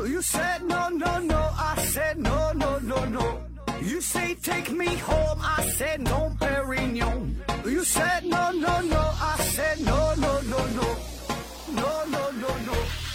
You said no, no, no, I said no, no, no, no. You say take me home, I said no, Perignon. You said no, no, no, I said no, no, no, no. No, no, no, no.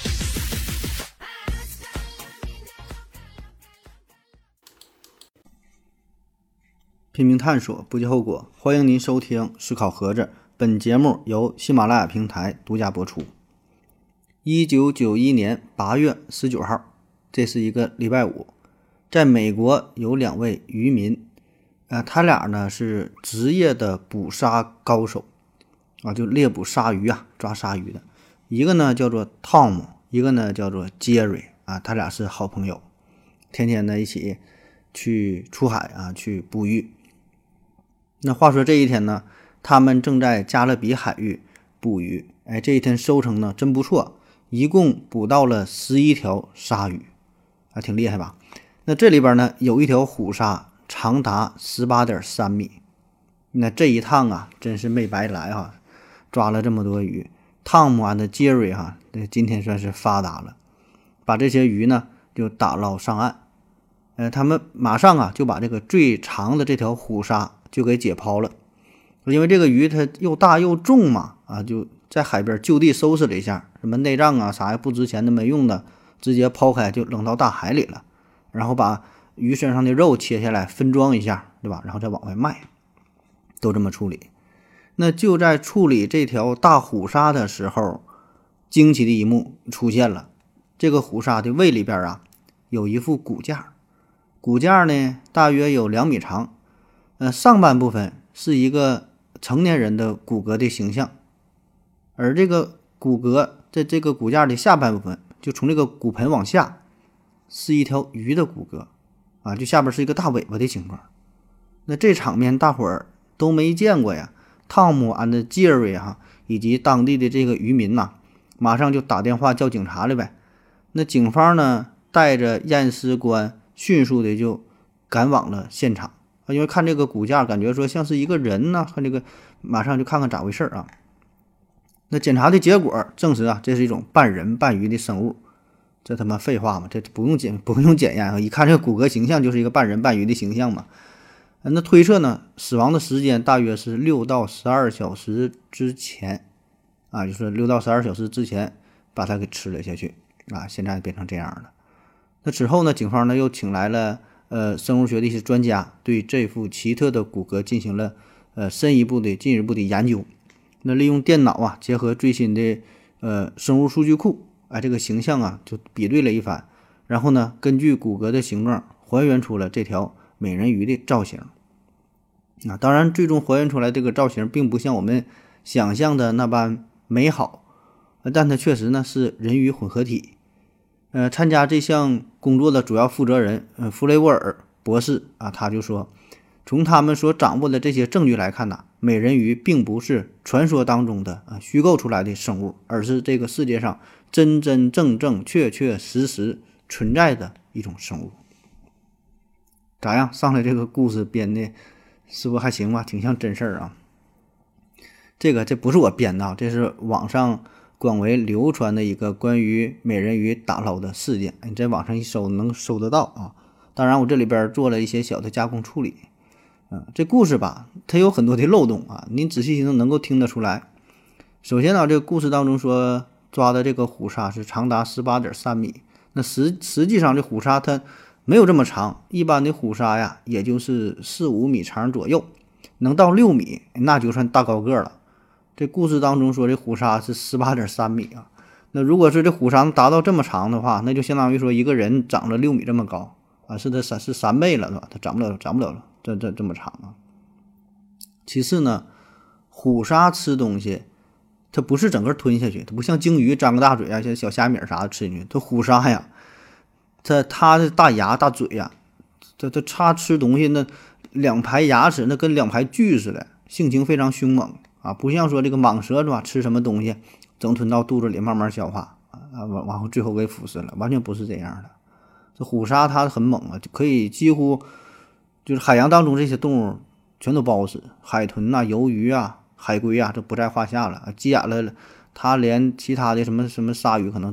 拼命探索，不计后果。欢迎您收听思考盒子，本节目由喜马拉雅平台独家播出。1991年8月19号，这是一个礼拜五，在美国有两位渔民，他俩呢是职业的捕杀高手啊，就猎捕鲨鱼啊，抓鲨鱼的。一个呢叫做 Tom， 一个呢叫做 Jerry 啊，他俩是好朋友，天天呢一起去出海啊，去捕鱼。那话说这一天呢，他们正在加勒比海域捕鱼，这一天收成呢真不错，一共捕到了11条鲨鱼，挺厉害吧？那这里边呢有一条虎鲨，长达 18.3 米。那这一趟啊，真是没白来哈，抓了这么多鱼。汤姆和杰瑞哈，今天算是发达了，把这些鱼呢就打捞上岸。他们马上啊就把这个最长的这条虎鲨就给解剖了，因为这个鱼它又大又重嘛，就在海边就地收拾了一下，什么内脏啊啥呀不值钱的没用的，直接抛开就扔到大海里了，然后把鱼身上的肉切下来分装一下，对吧？然后再往外卖，都这么处理。那就在处理这条大虎鲨的时候，惊奇的一幕出现了，这个虎鲨的胃里边啊有一副骨架，骨架呢大约有2米长，上半部分是一个成年人的骨骼的形象，而这个骨骼在这个骨架的下半部分，就从这个骨盆往下是一条鱼的骨骼啊，就下边是一个大尾巴的情况。那这场面大伙儿都没见过呀。汤姆和杰瑞哈以及当地的这个渔民呐，马上就打电话叫警察了呗。那警方呢带着验尸官迅速的就赶往了现场，因为看这个骨架感觉说像是一个人呢，看这个马上就看看咋回事啊。那检查的结果证实啊，这是一种半人半鱼的生物。这他妈废话嘛，这不用检验啊，一看这个骨骼形象就是一个半人半鱼的形象嘛。那推测呢，死亡的时间大约是6到12小时之前啊，就是6到12小时之前把它给吃了下去啊，现在变成这样了。那之后呢，警方呢又请来了生物学的一些专家，对这副奇特的骨骼进行了进一步的研究。那利用电脑啊，结合最新的生物数据库，这个形象啊就比对了一番，然后呢根据骨骼的形状还原出了这条美人鱼的造型。当然最终还原出来这个造型并不像我们想象的那般美好，但它确实呢是人鱼混合体。参加这项工作的主要负责人弗雷沃尔博士啊，他就说，从他们所掌握的这些证据来看呢，美人鱼并不是传说当中的虚构出来的生物，而是这个世界上真真正正确确实实存在的一种生物。咋样？上来这个故事编的是不是还行吧？挺像真事儿啊。这不是我编的，这是网上广为流传的一个关于美人鱼打捞的事件，你在网上一搜能搜得到啊。当然我这里边做了一些小的加工处理。这故事吧，它有很多的漏洞啊，您仔细听能够听得出来。首先呢，这个故事当中说抓的这个虎鲨是长达 18.3 米，那实际上这虎鲨它没有这么长，一般的虎鲨呀也就是4-5米长左右，能到6米那就算大高个了。这故事当中说这虎鲨是 18.3 米啊，那如果是这虎鲨达到这么长的话，那就相当于说一个人长了6米这么高啊，是3倍了，对吧？它长不了了这么长啊。其次呢，虎鲨吃东西它不是整个吞下去，它不像鲸鱼张个大嘴啊，像小虾米啥的吃进去，它虎鲨呀它的大牙大嘴呀，它吃东西那2排牙齿那跟2排锯似的，性情非常凶猛啊，不像说这个蟒蛇是吧，吃什么东西整吞到肚子里慢慢消化然后最后给腐蚀了，完全不是这样的。这虎鲨它很猛啊，就可以几乎就是海洋当中这些动物全都包死，海豚呐、鱿鱼啊、海龟啊，这不在话下了，急眼了，它连其他的什么鲨鱼可能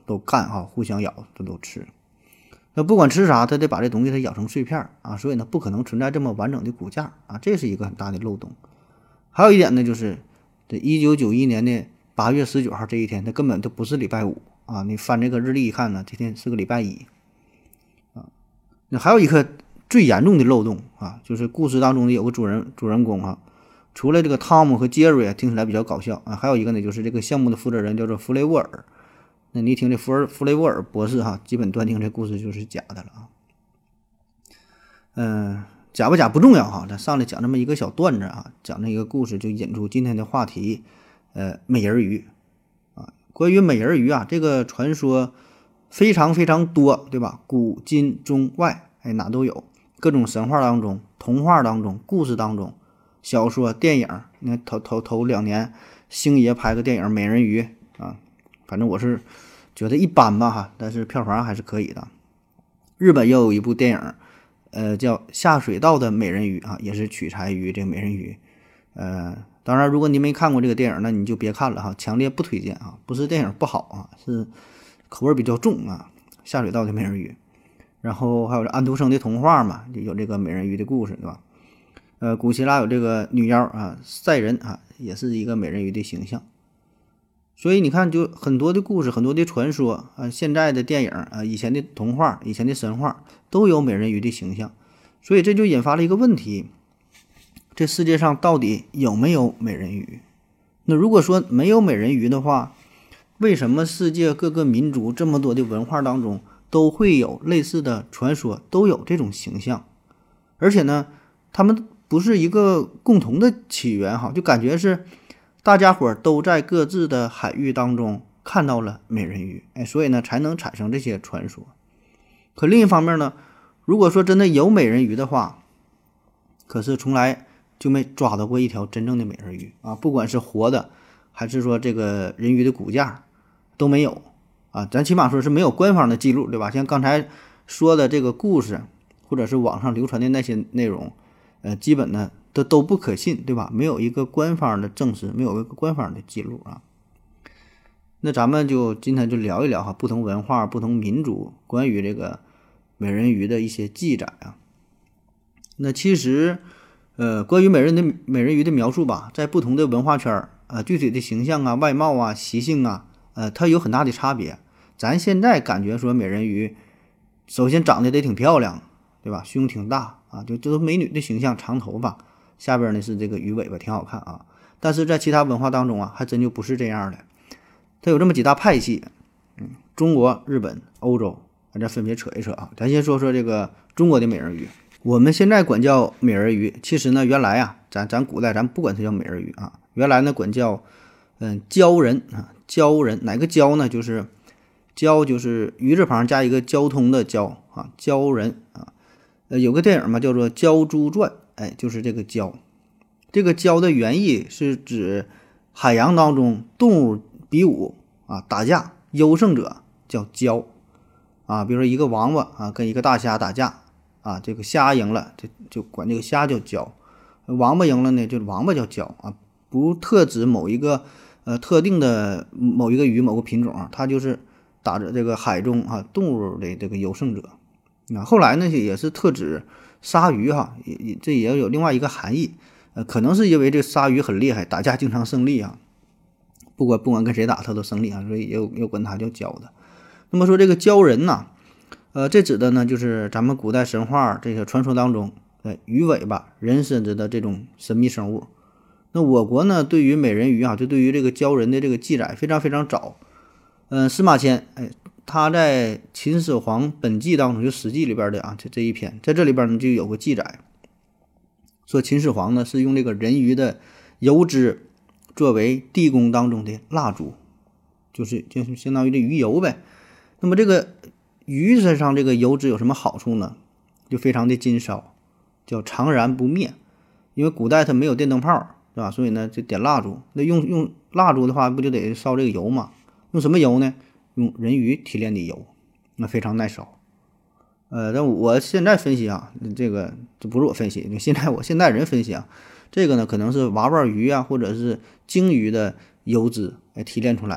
都干啊，互相咬，这都吃。那不管吃啥，它得把这东西它咬成碎片啊，所以呢不可能存在这么完整的骨架啊，这是一个很大的漏洞。还有一点呢，就是这1991年的8月19号这一天，它根本就不是礼拜五啊，你翻这个日历一看呢，这天是个礼拜一啊。那还有一个最严重的漏洞啊，就是故事当中的有个主人公啊，除了这个汤姆和杰瑞听起来比较搞笑啊，还有一个呢就是这个项目的负责人叫做弗雷沃尔。那你一听这弗雷沃尔博士哈，基本断定这故事就是假的了啊。假不假不重要哈，咱上来讲这么一个小段子啊，讲这一个故事就引出今天的话题，美人鱼啊。关于美人鱼啊，这个传说非常非常多，对吧？古今中外，哪都有，各种神话当中、童话当中、故事当中、小说、电影。你看头2年，星爷拍个电影《美人鱼》啊。反正我是觉得一般吧哈，但是票房还是可以的。日本又有一部电影，叫《下水道的美人鱼》啊，也是取材于这个美人鱼。当然，如果您没看过这个电影，那你就别看了哈，强烈不推荐啊。不是电影不好啊，是口味比较重啊。下水道的美人鱼，然后还有安徒生的童话嘛，有这个美人鱼的故事，对吧？古希腊有这个女妖啊，赛人啊，也是一个美人鱼的形象。所以你看，就很多的故事，很多的传说啊，现在的电影啊，以前的童话、以前的神话都有美人鱼的形象，所以这就引发了一个问题：这世界上到底有没有美人鱼？那如果说没有美人鱼的话，为什么世界各个民族这么多的文化当中都会有类似的传说，都有这种形象？而且呢，他们不是一个共同的起源哈，就感觉是大家伙都在各自的海域当中看到了美人鱼，所以呢才能产生这些传说。可另一方面呢，如果说真的有美人鱼的话，可是从来就没抓到过一条真正的美人鱼啊，不管是活的还是说这个人鱼的骨架都没有啊，咱起码说是没有官方的记录，对吧？像刚才说的这个故事，或者是网上流传的那些内容，基本呢都不可信，对吧？没有一个官方的证实，没有一个官方的记录啊。那咱们就今天就聊一聊哈，不同文化、不同民族关于这个美人鱼的一些记载啊。那其实，关于美人鱼的描述吧，在不同的文化圈具体的形象啊、外貌啊、习性啊，它有很大的差别。咱现在感觉说美人鱼，首先长得得挺漂亮，对吧？胸挺大啊，就都美女的形象，长头发。下边呢是这个鱼尾巴，挺好看啊。但是在其他文化当中啊，还真就不是这样的。它有这么几大派系，中国、日本、欧洲，咱分别扯一扯啊。咱先说说这个中国的美人鱼。我们现在管叫美人鱼，其实呢，原来啊，咱古代咱不管它叫美人鱼啊，原来呢管叫鲛人啊，鲛人哪个鲛呢？就是鲛就是鱼字旁加一个交通的交啊，鲛人啊。有个电影嘛，叫做《鲛珠传》。就是这个鲛，这个鲛的原意是指海洋当中动物比武啊，打架优胜者叫鲛啊。比如说一个王八啊跟一个大虾打架啊，这个虾赢了，就管这个虾叫鲛；王八赢了呢，就是王八叫鲛啊，不特指某一个特定的某一个鱼某个品种啊，它就是打着这个海中啊动物的这个优胜者。后来呢也是特指鲨鱼哈，这也有另外一个含义，可能是因为这鲨鱼很厉害，打架经常胜利啊，不管跟谁打它都胜利啊，所以也管它叫鲛的。那么说这个鲛人呢，这指的呢就是咱们古代神话这个传说当中，鱼尾巴人身子的这种神秘生物。那我国呢对于美人鱼啊，就对于这个鲛人的这个记载非常非常早。司马迁他在《秦始皇本纪》当中，就《史记》里边的啊，这一篇，在这里边呢就有个记载，说秦始皇呢是用这个人鱼的油脂作为地宫当中的蜡烛，就是相当于这鱼油呗。那么这个鱼身上这个油脂有什么好处呢？就非常的金烧，叫长燃不灭。因为古代它没有电灯泡，对吧？所以呢就点蜡烛。那用蜡烛的话，不就得烧这个油吗？用什么油呢？用人鱼提炼的油，那非常耐烧。但我现在分析啊，这不是我分析，就现在人分析啊，这个呢可能是娃娃鱼啊，或者是鲸鱼的油脂提炼出来的。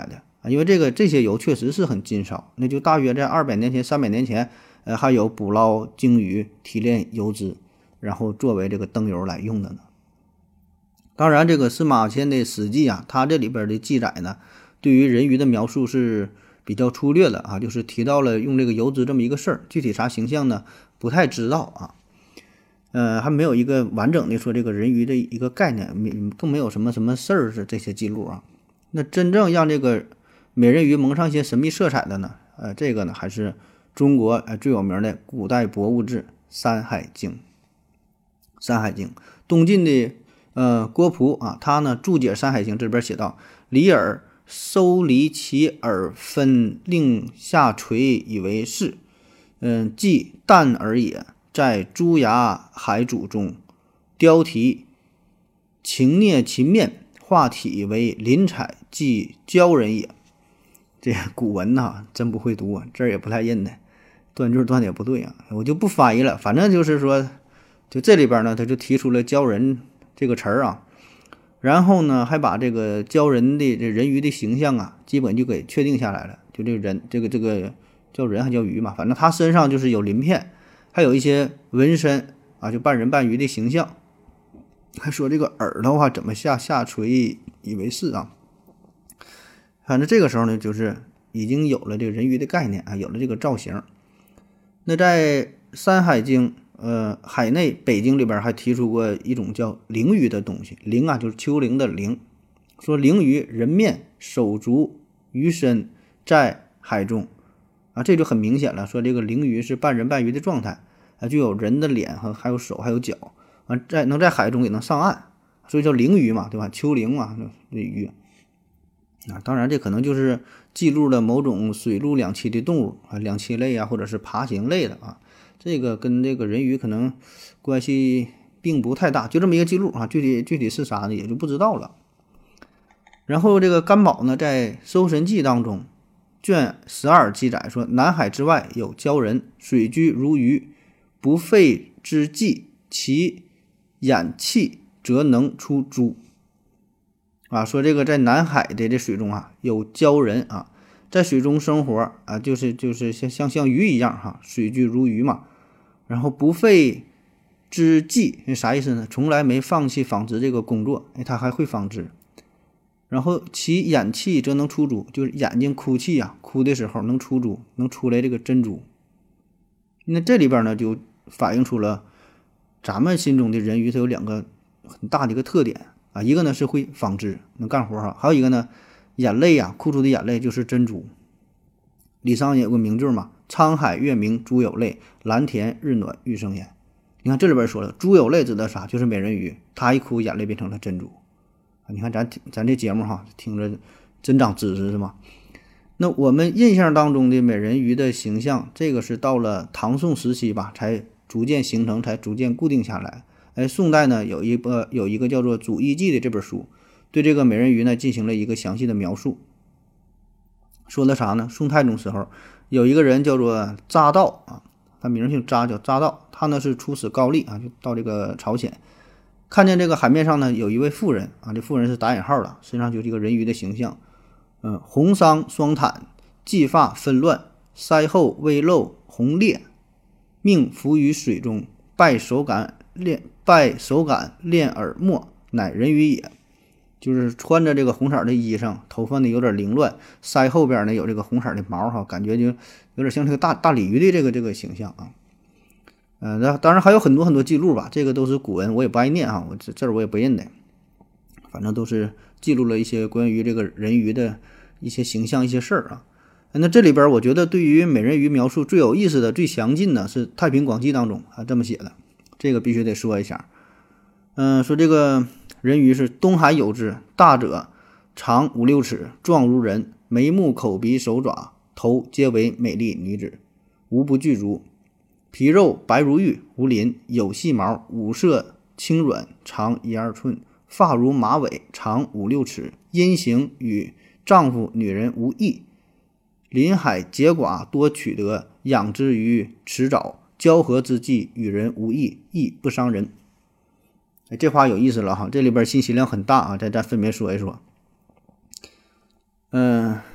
啊，因为这些油确实是很劲烧，那就大约在200年前、300年前，还有捕捞鲸鱼、提炼油脂，然后作为这个灯油来用的呢。当然，这个司马迁的《史记》啊，它这里边的记载呢，对于人鱼的描述是比较粗略的啊，就是提到了用这个油脂这么一个事儿，具体啥形象呢，不太知道啊。还没有一个完整的说这个人鱼的一个概念，更没有什么事儿是这些记录啊。那真正让这个美人鱼蒙上一些神秘色彩的呢，这个呢还是中国最有名的古代博物志《山海经》。《山海经》，东晋的郭璞啊，他呢注解《山海经》这边写道：“离耳收离其耳分，令下垂以为是。即淡耳也，在朱崖海渚中，雕题情孽其面，画体为鳞彩，即鲛人也。”这古文呐，真不会读啊，字儿也不太认的，断句断的也不对啊，我就不翻译了。反正就是说，就这里边呢，他就提出了鲛人这个词儿啊，然后呢，还把这个鲛人的这人鱼的形象啊，基本就给确定下来了。就这个人，这个叫人还叫鱼嘛，反正他身上就是有鳞片，还有一些纹身啊，就半人半鱼的形象。还说这个耳朵话怎么下垂以为是啊。反正这个时候呢，就是已经有了这个人鱼的概念啊，有了这个造型。那在《山海经》海内北经里边还提出过一种叫灵鱼的东西，灵啊就是丘陵的灵，说灵鱼人面手足鱼身在海中啊，这就很明显了，说这个灵鱼是半人半鱼的状态啊，就有人的脸和还有手还有脚啊，能在海中也能上岸，所以叫灵鱼嘛，对吧？丘陵嘛，这鱼啊，当然这可能就是记录了某种水陆两栖的动物啊，两栖类啊，或者是爬行类的啊，这个跟这个人鱼可能关系并不太大，就这么一个记录啊，具体是啥呢，也就不知道了。然后这个甘宝呢，在《搜神记》当中卷12记载说，南海之外有鲛人，水居如鱼，不费之计，其眼气则能出珠。啊，说这个在南海的这水中啊，有鲛人啊，在水中生活啊，就是像鱼一样哈，水居如鱼嘛。然后不费之计，啥意思呢？从来没放弃纺织这个工作，他还会纺织。然后其眼气则能出珠，就是眼睛哭泣啊，哭的时候能出珠，能出来这个珍珠。那这里边呢，就反映出了咱们心中的人鱼，它有2个很大的一个特点。啊，一个呢是会纺织，能干活哈，还有一个呢，眼泪呀，哭出的眼泪就是珍珠。李商隐有个名句嘛，沧海月明珠有泪，蓝田日暖玉生烟。你看这里边说了，珠有泪指的啥？就是美人鱼，她一哭眼泪变成了珍珠。你看咱这节目哈，听着真长知识是吗？那我们印象当中的美人鱼的形象，这个是到了唐宋时期吧，才逐渐形成，才逐渐固定下来。宋代呢有一个叫做《祖义记》的这本书，对这个美人鱼呢进行了一个详细的描述。说的啥呢？宋太宗时候有一个人叫做扎道啊，他名姓扎，叫扎道。他呢是出使高丽啊，就到这个朝鲜，看见这个海面上呢有一位妇人啊，这妇人是打引号的，身上就是一个人鱼的形象。红裳双袒，髻发纷乱，腮后微露红裂，命浮于水中，拜手感练耳目，乃人鱼也。就是穿着这个红色的衣裳，头发呢有点凌乱，腮后边呢有这个红色的毛哈，感觉就有点像这个大鲤鱼的这个形象啊。那当然还有很多记录吧，这个都是古文，我也不爱念啊，我这我也不认的，反正都是记录了一些关于这个人鱼的一些形象、一些事儿啊。那这里边我觉得对于美人鱼描述最有意思的、最详尽的是《太平广记》当中啊这么写的，这个必须得说一下。说这个人鱼是东海有之，大者长5、6尺，状如人，眉目口鼻手爪头皆为美丽女子，无不具足，皮肉白如玉，无鳞，有细毛，五色轻软，长1、2寸，发如马尾，长5、6尺，阴形与丈夫女人无异，临海结寡，多取得，养之于池沼，交合之际与人无异，亦不伤人。这话有意思了哈，这里边信息量很大啊，咱分别说一说。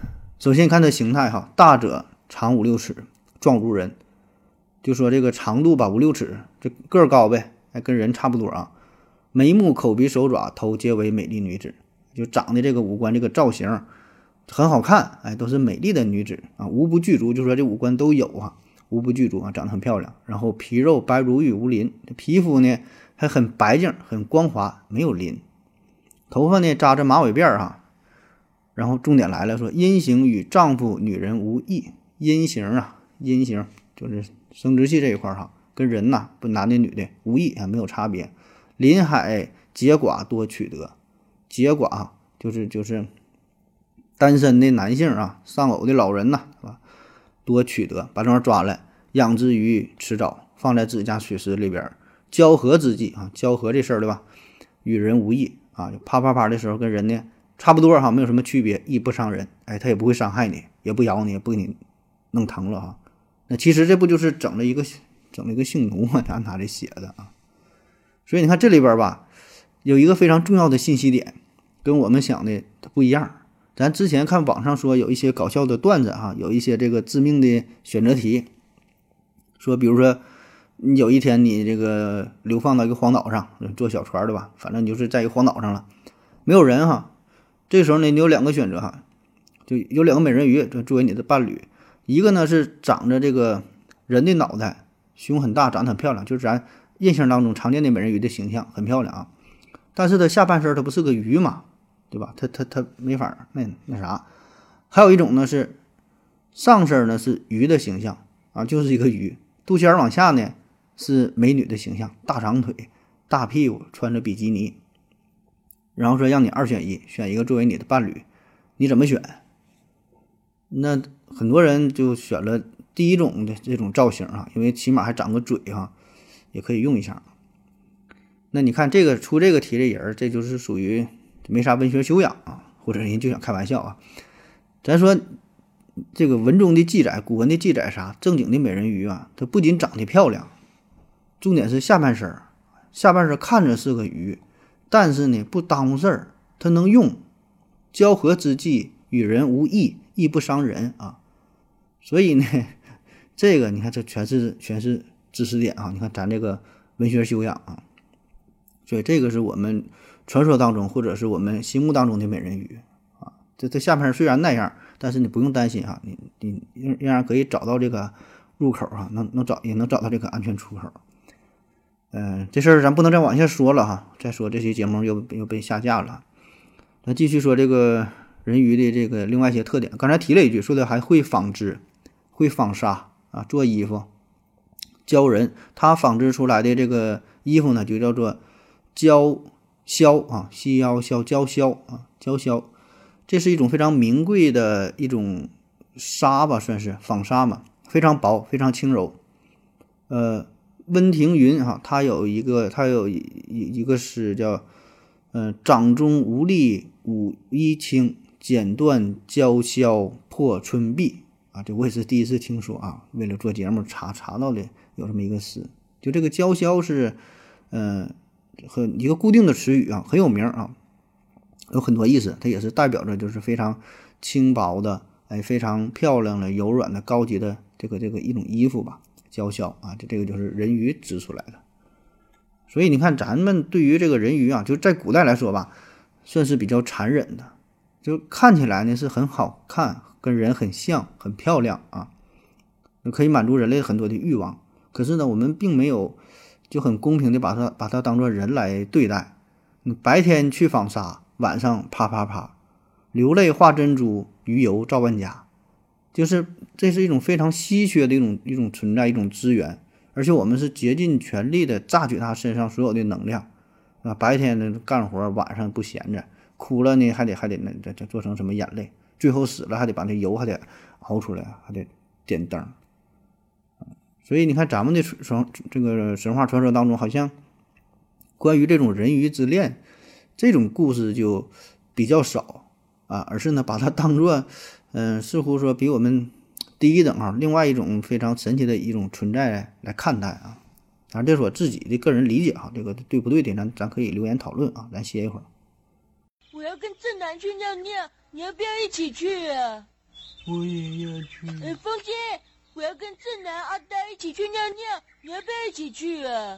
首先看它形态哈，大者长5、6尺，状如人。就说这个长度吧5、6尺，这个儿高呗，跟人差不多啊。眉目口鼻手爪头皆为美丽女子，就长得这个五官这个造型很好看，都是美丽的女子啊，无不具足，就说这五官都有啊，无不具足啊，长得很漂亮。然后皮肉白如玉无鳞，皮肤呢还很白净很光滑，没有鳞。头发呢扎着马尾辫哈。然后重点来了，说阴形与丈夫女人无异。阴形啊，阴形就是生殖器这一块哈，跟人呐不男的女的无异啊，没有差别。临海结寡多取得，结寡就是单身的男性啊，丧偶的老人呐，是吧？多取得，把这玩意儿抓来，养之于池沼，放在自己家水池里边，交合之际啊，交合这事儿对吧？与人无异啊，就啪啪啪的时候跟人呢差不多哈，没有什么区别，亦不伤人，他也不会伤害你，也不咬你，也不给你弄疼了哈。那其实这不就是整了一个性奴嘛，按他这写的啊。所以你看这里边吧，有一个非常重要的信息点，跟我们想的不一样。咱之前看网上说有一些搞笑的段子哈，有一些这个致命的选择题，说比如说你有一天你这个流放到一个荒岛上，坐小船的吧，反正你就是在一个荒岛上了，没有人哈。这时候呢，你有2个选择哈，就有2个美人鱼作为你的伴侣，一个呢是长着这个人的脑袋，胸很大，长得很漂亮，就是咱印象当中常见的美人鱼的形象，很漂亮啊。但是它下半身它不是个鱼嘛，对吧？它没法那啥。还有一种呢是上身呢是鱼的形象啊，就是一个鱼，肚脐眼往下呢是美女的形象，大长腿，大屁股，穿着比基尼。然后说让你2选1，选一个作为你的伴侣，你怎么选？那很多人就选了第一种的这种造型啊，因为起码还长个嘴哈，也可以用一下。那你看这个出这个题的人，这就是属于没啥文学修养啊，或者人就想开玩笑啊。咱说这个文中的记载，古文的记载啥？正经的美人鱼啊，它不仅长得漂亮，重点是下半身看着是个鱼。但是呢，不耽误事儿，它能用，交合之际与人无异，亦不伤人啊。所以呢，这个你看，这全是知识点啊。你看咱这个文学修养啊，所以这个是我们传说当中或者是我们心目当中的美人鱼啊。这下半身虽然那样，但是你不用担心哈，你仍然可以找到这个入口哈，也能找到这个安全出口。这事儿咱不能再往下说了哈，再说这期节目又被下架了。咱继续说这个人鱼的这个另外一些特点，刚才提了一句，说的还会纺织，会纺纱啊，做衣服，教人。他纺织出来的这个衣服呢，就叫做胶绡啊，细腰绡，胶绡啊，胶绡，这是一种非常名贵的一种纱吧，算是纺纱嘛，非常薄，非常轻柔。温庭筠哈，他有一个诗叫掌中无力舞衣轻，剪断娇绡破春碧啊，这我也是第一次听说啊，为了做节目查到的有这么一个诗。就这个娇绡是和一个固定的词语啊，很有名啊，有很多意思，它也是代表着就是非常轻薄的非常漂亮的柔软的高级的这个一种衣服吧，娇绡啊，这个就是人鱼织出来的。所以你看咱们对于这个人鱼啊，就在古代来说吧，算是比较残忍的，就看起来呢是很好看，跟人很像，很漂亮啊，可以满足人类很多的欲望。可是呢，我们并没有就很公平的把它当作人来对待。你白天去纺纱，晚上啪啪啪，流泪化珍珠，鱼油照万家，就是这是一种非常稀缺的一种存在，一种资源，而且我们是竭尽全力的榨取它身上所有的能量啊！白天呢干活，晚上不闲着，哭了呢还得那做成什么眼泪，最后死了还得把那油还得熬出来，还得点灯。所以你看咱们的这个神话传说当中，好像关于这种人鱼之恋这种故事就比较少啊，而是呢把它当作似乎说比我们第一等啊，另外一种非常神奇的一种存在来看待啊。当然这是我自己的个人理解啊，这个对不对的咱可以留言讨论啊。咱歇一会儿。 我要跟正南去尿尿，你要不要一起去啊？ 我也要去。 风姐，我要跟正南、阿呆一起去尿尿，你要不要一起去啊？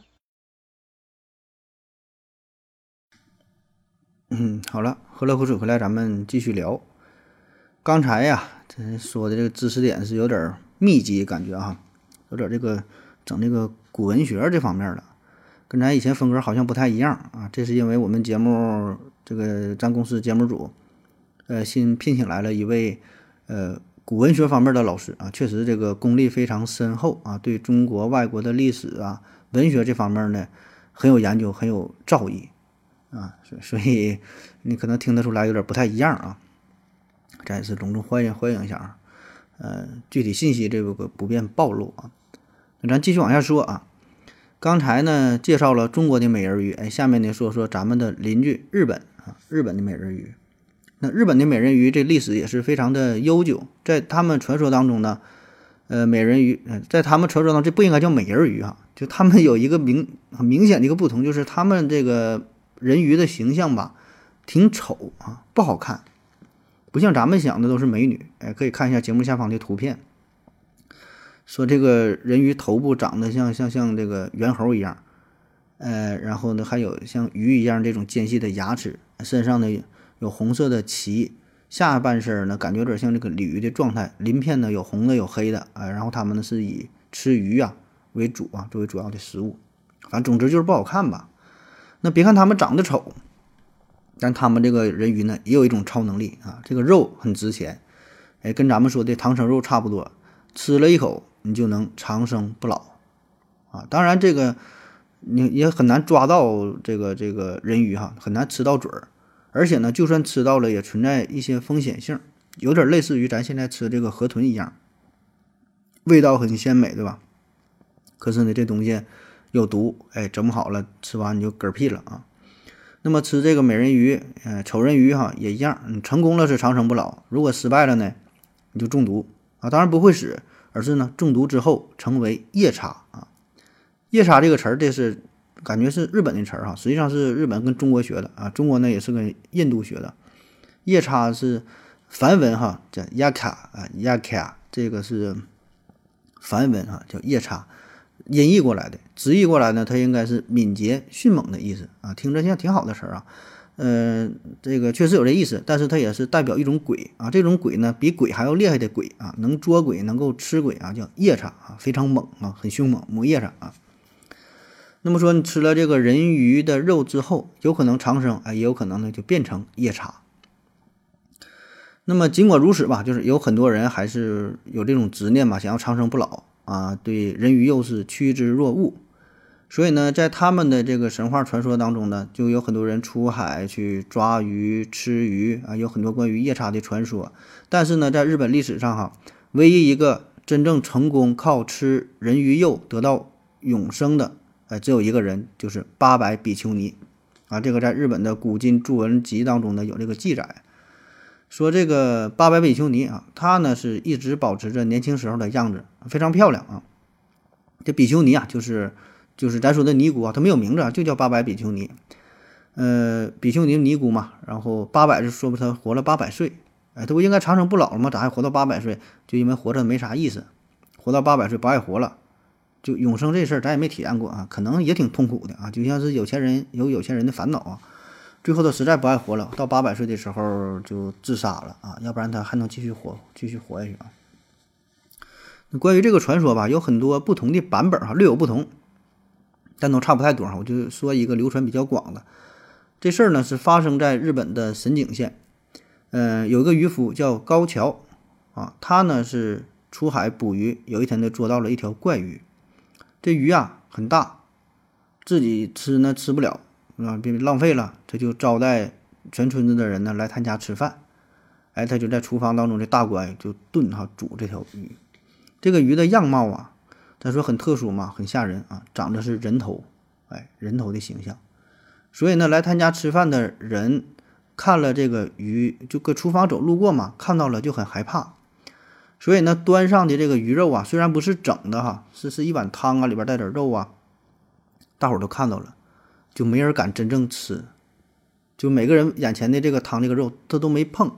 好了，喝了口水回来，咱们继续聊。刚才呀，咱说的这个知识点是有点密集，感觉哈，有点这个整这个古文学这方面的，跟咱以前风格好像不太一样啊。这是因为我们节目这个咱公司节目组，新聘请来了一位古文学方面的老师啊，确实这个功力非常深厚啊，对中国外国的历史啊、文学这方面呢很有研究，很有造诣啊，所以你可能听得出来有点不太一样啊。再次隆重欢迎一下啊，具体信息这个不便暴露啊。那咱继续往下说啊。刚才呢介绍了中国的美人鱼，下面呢说说咱们的邻居日本啊，日本的美人鱼。那日本的美人鱼这历史也是非常的悠久，在他们传说当中呢，美人鱼，在他们传说当中这不应该叫美人鱼啊，就他们有一个很明显的一个不同，就是他们这个人鱼的形象吧，挺丑啊，不好看。不像咱们想的都是美女，可以看一下节目下方的图片，说这个人鱼头部长得像这个猿猴一样，然后呢还有像鱼一样这种尖细的牙齿，身上呢有红色的鳍，下半身呢感觉有点像这个鲤鱼的状态，鳞片呢有红的有黑的，然后他们呢是以吃鱼啊为主啊，作为主要的食物，反正总之就是不好看吧。那别看他们长得丑，但他们这个人鱼呢，也有一种超能力啊，这个肉很值钱，跟咱们说的唐僧肉差不多，吃了一口你就能长生不老啊。当然这个你也很难抓到这个人鱼哈，很难吃到嘴儿，而且呢，就算吃到了，也存在一些风险性，有点类似于咱现在吃这个河豚一样，味道很鲜美，对吧？可是呢，这东西有毒，整不好了，吃完你就嗝屁了啊。那么吃这个美人鱼，丑人鱼哈也一样，你成功了是长生不老，如果失败了呢，你就中毒啊，当然不会死，而是呢中毒之后成为夜叉啊。夜叉这个词儿，这是感觉是日本的词儿哈，实际上是日本跟中国学的啊，中国呢也是跟印度学的。夜叉是梵文哈，叫亚卡啊，亚卡，这个是梵文哈，叫夜叉。音译过来的，直译过来呢，它应该是敏捷迅猛的意思啊，听着像挺好的词儿啊。这个确实有这意思，但是它也是代表一种鬼啊，这种鬼呢比鬼还要厉害的鬼啊，能捉鬼，能够吃鬼啊，叫夜叉啊，非常猛啊，很凶猛，母夜叉啊。那么说你吃了这个人鱼的肉之后，有可能长生，也有可能呢就变成夜叉。那么尽管如此吧，就是有很多人还是有这种执念嘛，想要长生不老啊，对人鱼肉是趋之若鹜。所以呢，在他们的这个神话传说当中呢，就有很多人出海去抓鱼、吃鱼啊，有很多关于夜叉的传说。但是呢，在日本历史上哈，唯一一个真正成功靠吃人鱼肉得到永生的，只有一个人，就是八百比丘尼啊。这个在日本的古今著文集当中呢有这个记载，说这个八百比丘尼啊，她呢是一直保持着年轻时候的样子，非常漂亮啊。这比丘尼啊，就是咱说的尼姑啊，她没有名字啊，就叫八百比丘尼。比丘尼尼姑嘛，然后800就说明她活了800岁，她不应该长生不老吗？咋还活到800岁？就因为活着没啥意思，活到800岁不爱活了，就永生这事儿咱也没体验过啊，可能也挺痛苦的啊，就像是有钱人有有钱人的烦恼啊，最后他实在不爱活了，到800岁的时候就自杀了啊，要不然他还能继续活下去啊。那关于这个传说吧，有很多不同的版本略有不同，但都差不太多我就说一个流传比较广的。这事儿呢是发生在日本的神井县，有一个渔夫叫高桥啊，他呢是出海捕鱼，有一天呢捉到了一条怪鱼，这鱼啊很大，自己吃呢吃不了啊，别浪费了，他就招待全村子的人呢来他家吃饭，他就在厨房当中的大锅就炖煮这条鱼。这个鱼的样貌啊，咱说很特殊嘛，很吓人啊，长得是人头，人头的形象。所以呢，来他家吃饭的人看了这个鱼，就搁厨房路过嘛，看到了就很害怕。所以呢，端上的这个鱼肉啊，虽然不是整的是一碗汤啊，里边带点肉啊，大伙儿都看到了，就没人敢真正吃，就每个人眼前的这个汤这个肉他都没碰，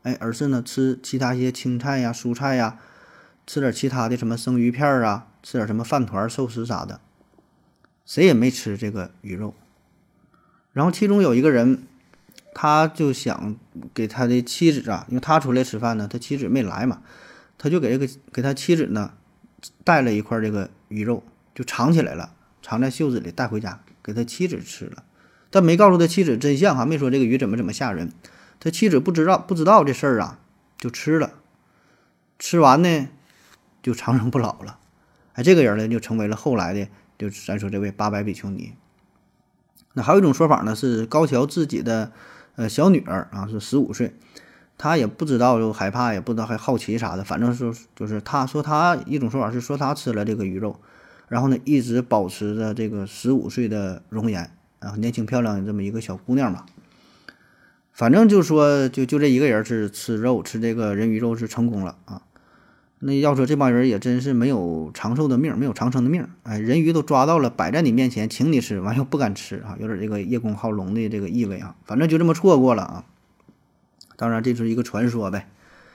而是呢吃其他一些青菜呀、蔬菜呀，吃点其他的什么生鱼片啊，吃点什么饭团、寿司啥的，谁也没吃这个鱼肉。然后其中有一个人，他就想给他的妻子啊，因为他出来吃饭呢，他妻子没来嘛，他就给他妻子呢带了一块这个鱼肉，就藏起来了，藏在袖子里带回家给他妻子吃了，但没告诉他妻子真相没说这个鱼怎么吓人。他妻子不知道这事儿啊，就吃了，吃完呢就长生不老了。这个人呢就成为了后来的就咱说这位八百比丘尼。那还有一种说法呢，是高桥自己的小女儿啊，是15岁，她也不知道，又害怕，也不知道还好奇啥的，反正就是她说她一种说法是说她吃了这个鱼肉，然后呢一直保持着这个15岁的容颜啊，年轻漂亮的这么一个小姑娘嘛。反正就说就这一个人是吃这个人鱼肉是成功了啊。那要说这帮人也真是没有长寿的命，没有长生的命。人鱼都抓到了，摆在你面前，请你吃，完又不敢吃啊，有点这个叶公好龙的这个意味啊。反正就这么错过了啊。当然这是一个传说呗。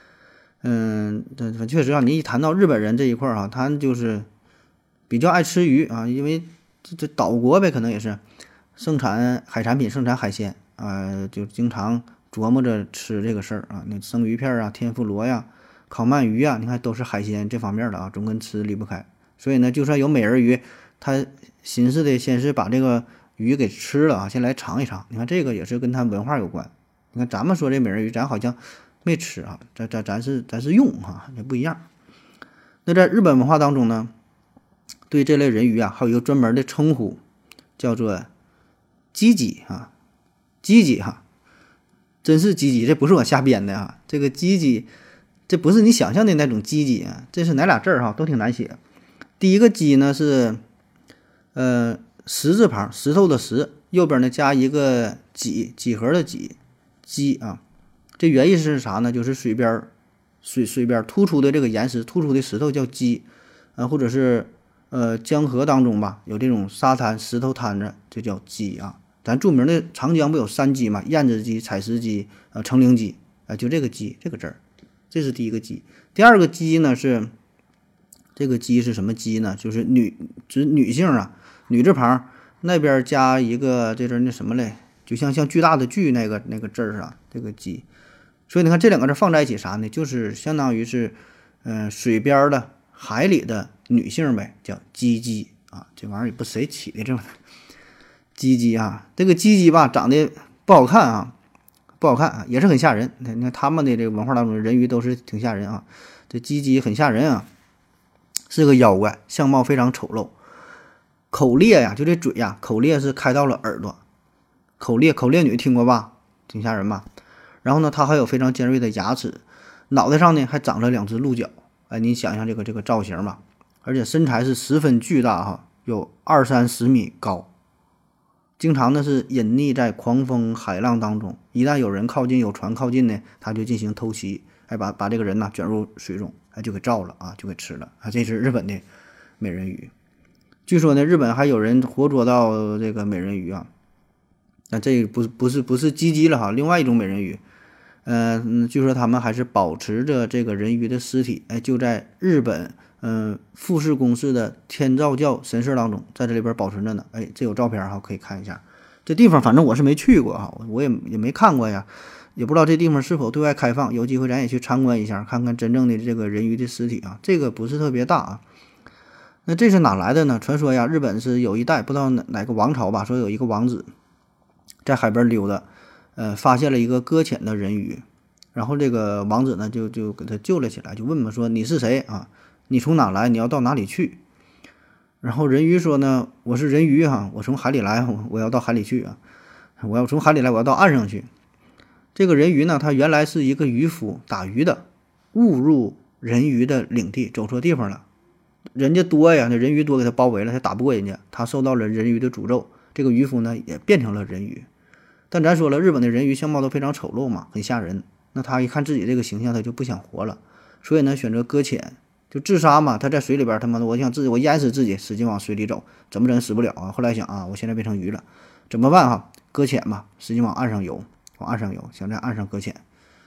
确实啊，你一谈到日本人这一块啊，他就是比较爱吃鱼啊，因为这岛国呗，可能也是盛产海产品，盛产海鲜啊，就经常琢磨着吃这个事儿啊。那生鱼片啊，天妇罗呀。烤鳗鱼啊，你看都是海鲜这方面的啊，总跟吃离不开。所以呢，就算有美人鱼，他寻思的先是把这个鱼给吃了啊，先来尝一尝。你看这个也是跟他文化有关。你看咱们说这美人鱼，咱好像没吃啊，咱是用啊，这不一样。那在日本文化当中呢，对这类人鱼啊，还有一个专门的称呼，叫做鸡鸡啊，鸡鸡哈，真是鸡鸡，这不是我瞎编的啊，这个鸡鸡。这不是你想象的那种鸡鸡啊，这是哪俩字儿都挺难写。第一个鸡呢是石字旁，石头的石，右边呢加一个几何的鸡啊。这原意是啥呢？就是水边突出的这个岩石，突出的石头叫鸡啊，或者是江河当中吧，有这种沙滩石头滩子，这叫鸡啊。咱著名的长江不有3鸡嘛，燕子鸡、采石鸡、成陵鸡就这个鸡这个字儿。这是第一个鸡。第二个鸡呢是这个鸡是什么鸡呢？就是指女性啊，女字旁那边加一个这字那什么嘞，就像巨大的巨那个字儿啊，这个鸡。所以你看这两个字放在一起啥呢？就是相当于是水边的海里的女性呗，叫鸡鸡啊。这玩意儿也不谁起的这鸡鸡啊，这个鸡鸡吧长得不好看啊。不好看啊，也是很吓人。你看他们的这个文化当中，人鱼都是挺吓人啊。这鸡鸡很吓人啊，是个妖怪，相貌非常丑陋，口裂呀，就这嘴呀，口裂是开到了耳朵，口裂女听过吧？挺吓人吧？然后呢，它还有非常尖锐的牙齿，脑袋上呢还长了2只鹿角。你想想这个造型吧，而且身材是十分巨大哈，有20-30米高。经常呢是隐匿在狂风海浪当中，一旦有人靠近，有船靠近呢，他就进行偷袭，把这个人卷入水中，就给照了啊，就给吃了啊。这是日本的美人鱼。据说呢，日本还有人活捉到这个美人鱼啊，但这不是鸡鸡了哈，另外一种美人鱼。据说他们还是保持着这个人鱼的尸体，就在日本富士宫市的天照教神社当中，在这里边保存着呢。这有照片哈，可以看一下。这地方反正我是没去过哈，我也没看过呀，也不知道这地方是否对外开放。有机会咱也去参观一下，看看真正的这个人鱼的尸体啊。这个不是特别大啊。那这是哪来的呢？传说呀，日本是有一代不知道哪个王朝吧，说有一个王子在海边溜达，发现了一个搁浅的人鱼，然后这个王子呢就给他救了起来，就问嘛说你是谁啊？你从哪来？你要到哪里去？然后人鱼说呢，我是人鱼哈，我从海里来，我要到海里去啊，我要从海里来，我要到岸上去。这个人鱼呢，他原来是一个渔夫打鱼的，误入人鱼的领地，走错地方了。人家多呀，那人鱼多给他包围了，他打不过人家，他受到了人鱼的诅咒。这个渔夫呢也变成了人鱼。但咱说了，日本的人鱼相貌都非常丑陋嘛，很吓人。那他一看自己这个形象，他就不想活了，所以呢选择搁浅，就自杀嘛。他在水里边，他妈的，我想我淹死自己，使劲往水里走，怎么整死不了啊？后来想啊，我现在变成鱼了，怎么办哈？搁浅嘛，使劲往岸上游，想在岸上搁浅。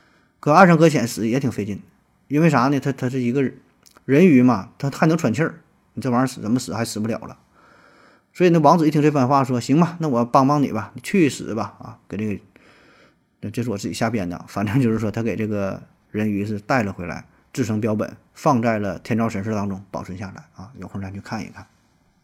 搁岸上搁浅死也挺费劲，因为啥呢？它是一个人鱼嘛，它还能喘气儿，你这玩意儿怎么死还死不了了。所以那王子一听这番话，说行吧，那我帮帮你吧，你去死吧啊！给这个，这是我自己瞎编的，反正就是说他给这个人鱼是带了回来，制成标本，放在了天照神社当中保存下来啊，有空咱去看一看。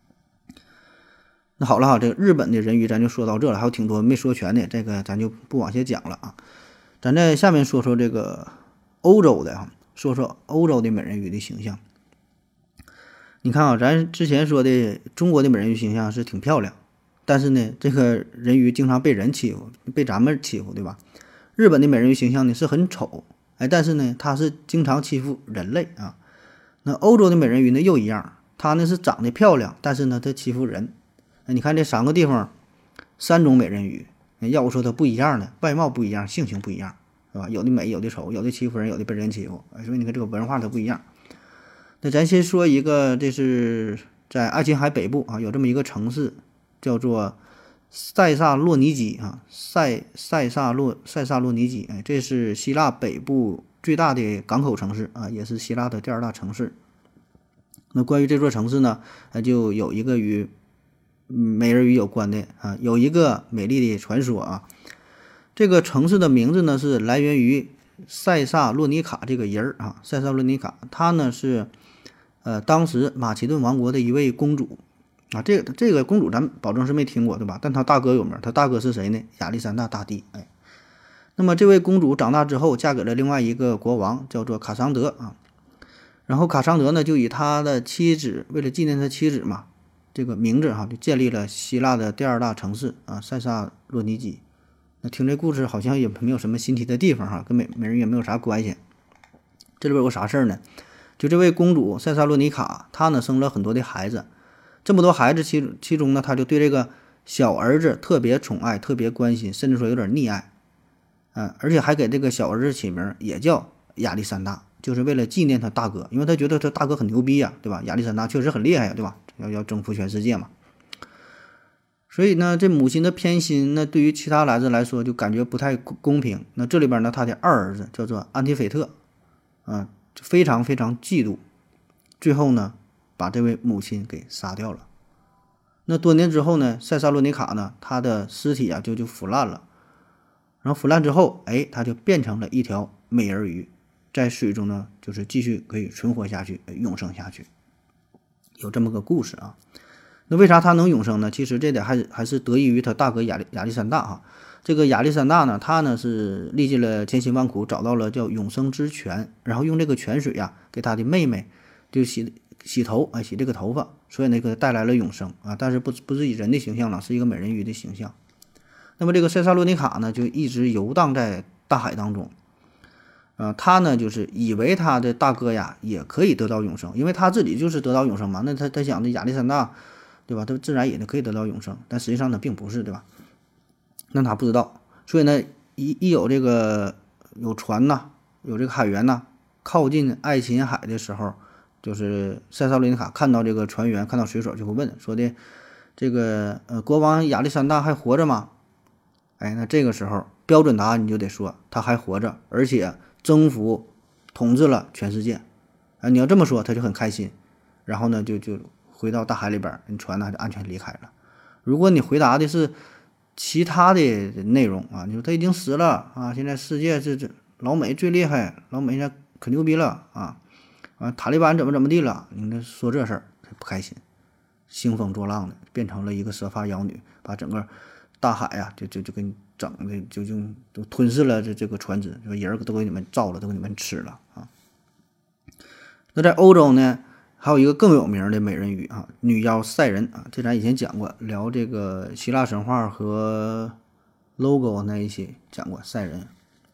那好了哈，这个日本的人鱼咱就说到这了，还有挺多没说全的，这个咱就不往下讲了啊。咱在下面说说这个欧洲的啊，说说欧洲的美人鱼的形象。你看啊，咱之前说的中国的美人鱼形象是挺漂亮，但是呢，这个人鱼经常被人欺负，被咱们欺负，对吧？日本的美人鱼形象呢是很丑，哎，但是呢，它是经常欺负人类啊。那欧洲的美人鱼呢又一样，它呢是长得漂亮，但是呢它欺负人。你看这3个地方，3种美人鱼，要我说它不一样的，外貌不一样，性情不一样，是吧？有的美，有的丑，有的欺负人，有的被人欺负，所以你看这个文化它不一样。那咱先说一个，这是在爱琴海北部啊，有这么一个城市叫做塞萨洛尼基啊，塞萨洛尼基，哎，这是希腊北部最大的港口城市啊，也是希腊的第2大城市。那关于这座城市呢，就有一个与美人鱼有关的啊，有一个美丽的传说啊。这个城市的名字呢是来源于塞萨洛尼卡这个人啊，塞萨洛尼卡，她呢是当时马其顿王国的一位公主啊，这个公主咱保证是没听过，对吧？但她大哥有名，她大哥是谁呢？亚历山大大帝。哎，那么这位公主长大之后嫁给了另外一个国王，叫做卡桑德啊。然后卡桑德呢就以他的妻子，为了纪念他妻子嘛，这个名字哈，就建立了希腊的第2大城市啊，塞萨洛尼基。那听这故事好像也没有什么新奇的地方哈，跟美人鱼也没有啥关系。这里边有个啥事儿呢？就这位公主塞萨洛尼卡，她呢生了很多的孩子，这么多孩子其中呢，她就对这个小儿子特别宠爱，特别关心，甚至说有点溺爱，而且还给这个小儿子起名也叫亚历山大，就是为了纪念他大哥，因为他觉得他大哥很牛逼呀，对吧？亚历山大确实很厉害呀，对吧？要征服全世界嘛。所以呢，这母亲的偏心，那对于其他孩子来说就感觉不太公平。那这里边呢，他的2儿子叫做安提斐特，就非常非常嫉妒，最后呢，把这位母亲给杀掉了。那多年之后呢，塞萨洛尼卡呢，他的尸体啊就腐烂了，然后腐烂之后，哎，他就变成了一条美人鱼，在水中呢，就是继续可以存活下去，永生下去，有这么个故事啊。那为啥他能永生呢？其实这点还是得益于他大哥亚历山大哈。这个亚历山大呢，他呢是历尽了千辛万苦，找到了叫永生之泉，然后用这个泉水啊，给他的妹妹就洗头啊，洗这个头发，所以那个带来了永生啊。但是不是以人的形象了，是一个美人鱼的形象。那么这个塞萨洛尼卡呢，就一直游荡在大海当中。他呢就是以为他的大哥呀也可以得到永生，因为他自己就是得到永生嘛。那他想的亚历山大，对吧？他自然也可以得到永生，但实际上呢并不是，对吧？那他不知道，所以呢一有这个有船呐，有这个海员呐，靠近爱琴海的时候，就是塞萨洛尼卡看到这个船员，看到水手就会问说的，这个国王亚历山大还活着吗？哎，那这个时候标准答案你就得说他还活着，而且征服统治了全世界。你要这么说他就很开心，然后呢就回到大海里边，你船呢就安全离开了。如果你回答的是其他的内容啊，你说他已经死了啊，现在世界这老美最厉害，老美现在可牛逼了啊，塔利班怎么地了，你这说这事儿他不开心，兴风作浪的，变成了一个蛇发妖女，把整个大海呀就给你整的就都吞噬了这个船只，说人都给你们造了，都给你们吃了啊。那在欧洲呢，还有一个更有名的美人鱼啊，女妖赛人啊，这咱以前讲过，聊这个希腊神话和 logo 那一期讲过赛人。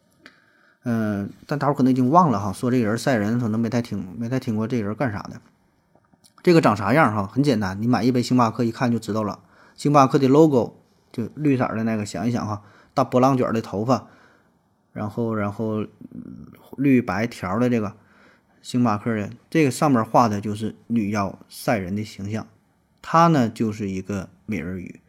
但大伙可能已经忘了哈，说这个人赛人可能没太听过这人干啥的。这个长啥样哈？很简单，你买一杯星巴克一看就知道了。星巴克的 logo 就绿色的那个，想一想哈，大波浪卷的头发，然后绿白条的这个星巴克的这个上面画的就是女妖赛人的形象，她呢就是一个美人鱼。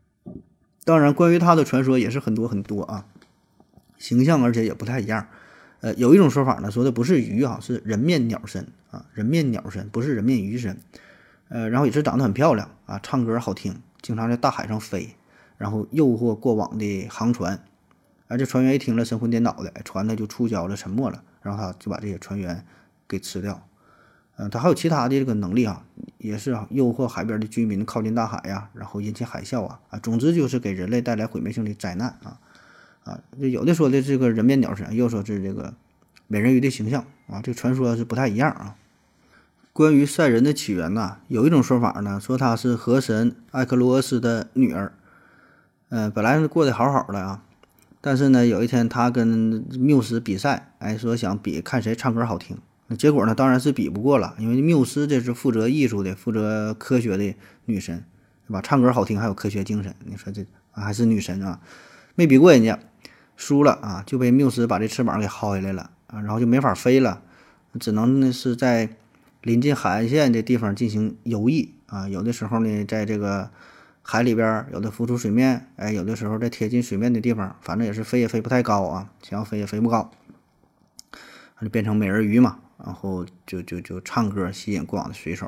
当然关于她的传说也是很多很多啊，形象而且也不太一样。 有一种说法呢，说的不是鱼啊，是人面鸟身啊，人面鸟身，不是人面鱼身。然后也是长得很漂亮啊，唱歌好听，经常在大海上飞，然后诱惑过往的航船。而这船员一听了，神魂颠倒的，船呢就触礁了，沉没了，然后他就把这些船员给吃掉。他还有其他的这个能力啊，也是诱惑海边的居民靠近大海呀，然后引起海啸总之就是给人类带来毁灭性的灾难就有的说的这个人面鸟身，又说是这个美人鱼的形象这个传说是不太一样关于赛人的起源呢，有一种说法呢，说她是河神艾克罗斯的女儿。本来是过得好好的但是呢，有一天她跟缪斯比赛，说想比看谁唱歌好听。结果呢，当然是比不过了，因为缪斯这是负责艺术的、负责科学的女神，对吧？唱歌好听还有科学精神，你说这还是女神没比过人家，输了就被缪斯把这翅膀给薅下来了然后就没法飞了，只能呢是在临近海岸线的地方进行游弋有的时候呢，在这个海里边，有的浮出水面，有的时候在贴近水面的地方，反正也是飞也飞不太高想要飞也飞不高，就变成美人鱼嘛。然后就唱歌吸引过往的水手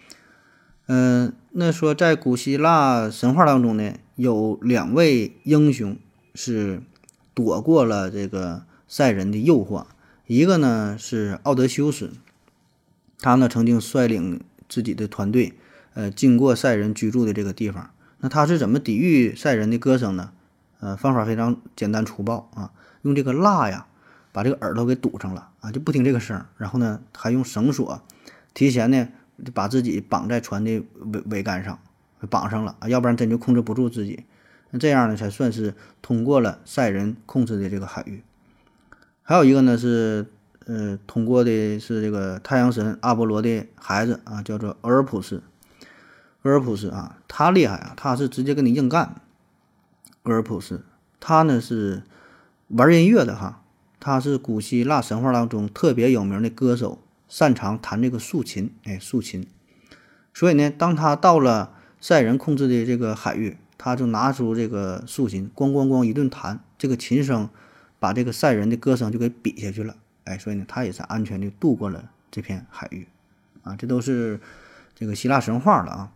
那说在古希腊神话当中呢，有2位英雄是躲过了这个赛人的诱惑。一个呢是奥德修斯，他呢曾经率领自己的团队经过赛人居住的这个地方。那他是怎么抵御赛人的歌声呢？方法非常简单粗暴用这个蜡呀把这个耳朵给堵上了就不听这个声，然后呢还用绳索提前呢把自己绑在船的桅杆上，绑上了要不然真就控制不住自己。那这样呢才算是通过了赛人控制的这个海域。还有一个呢是通过的是这个太阳神阿波罗的孩子叫做俄尔普斯。俄尔普斯他厉害他是直接跟你硬干。俄尔普斯他呢是玩音乐的他是古希腊神话当中特别有名的歌手，擅长弹这个竖琴竖琴。所以呢，当他到了赛人控制的这个海域，他就拿出这个竖琴，咣咣咣一顿弹，这个琴声把这个赛人的歌声就给比下去了。所以呢，他也是安全的度过了这片海域这都是这个希腊神话了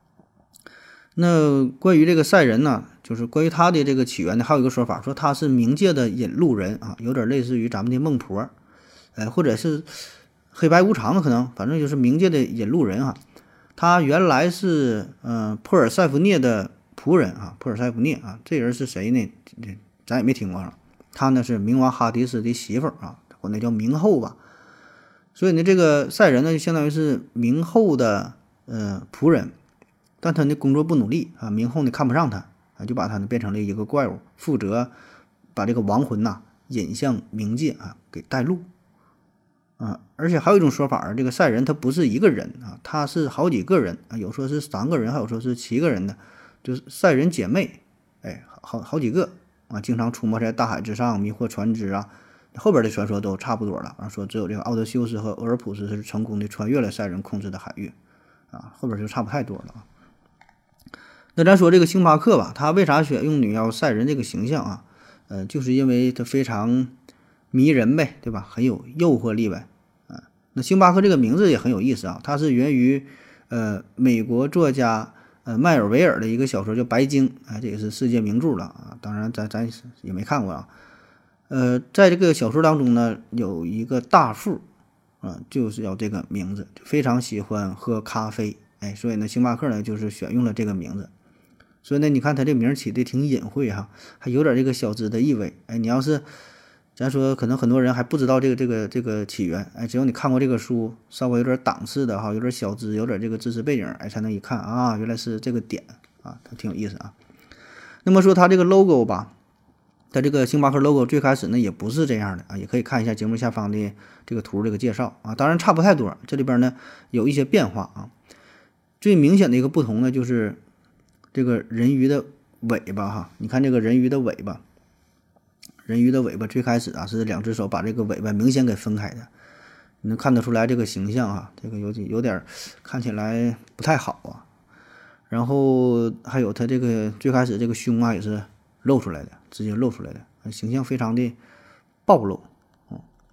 那关于这个赛人呢，就是关于他的这个起源呢，还有一个说法，说他是冥界的引路人有点类似于咱们的孟婆，或者是黑白无常，可能反正就是冥界的引路人他原来是珀尔塞福涅的仆人珀尔塞福涅这人是谁呢？咱也没听过他呢是冥王哈迪斯的媳妇儿管那叫冥后吧。所以呢，这个赛人呢就相当于是冥后的仆人。但他呢工作不努力冥后呢看不上他就把他呢变成了一个怪物，负责把这个亡魂引向冥界给带路而且还有一种说法这个赛人他不是一个人他是好几个人有说是3个人，还有说是7个人的，就是赛人姐妹好几个经常出没在大海之上迷惑船只后边的传说都差不多了说只有这个奥德修斯和俄尔普斯是成功的穿越了赛人控制的海域后边就差不太多了那咱说这个星巴克吧，他为啥选用女妖赛人这个形象就是因为他非常迷人呗，对吧？很有诱惑力呗那星巴克这个名字也很有意思它是源于美国作家迈尔维尔的一个小说叫《白鲸》这也是世界名著了当然咱也没看过在这个小说当中呢，有一个大副就是要这个名字，就非常喜欢喝咖啡所以呢星巴克呢就是选用了这个名字。所以呢你看他这名起的挺隐晦还有点这个小资的意味你要是咱说可能很多人还不知道这个起源只有你看过这个书，稍微有点档次的有点小资，有点这个知识背景才能一看原来是这个点它挺有意思那么说它这个 logo 吧，它这个星巴克 logo 最开始呢也不是这样的也可以看一下节目下方的这个图这个介绍当然差不太多，这里边呢有一些变化最明显的一个不同呢就是这个人鱼的尾巴你看这个人鱼的尾巴，人鱼的尾巴最开始是2只手把这个尾巴明显给分开的，你能看得出来这个形象这个有点看起来不太好然后还有它这个最开始这个胸也是露出来的，直接露出来的，形象非常的暴露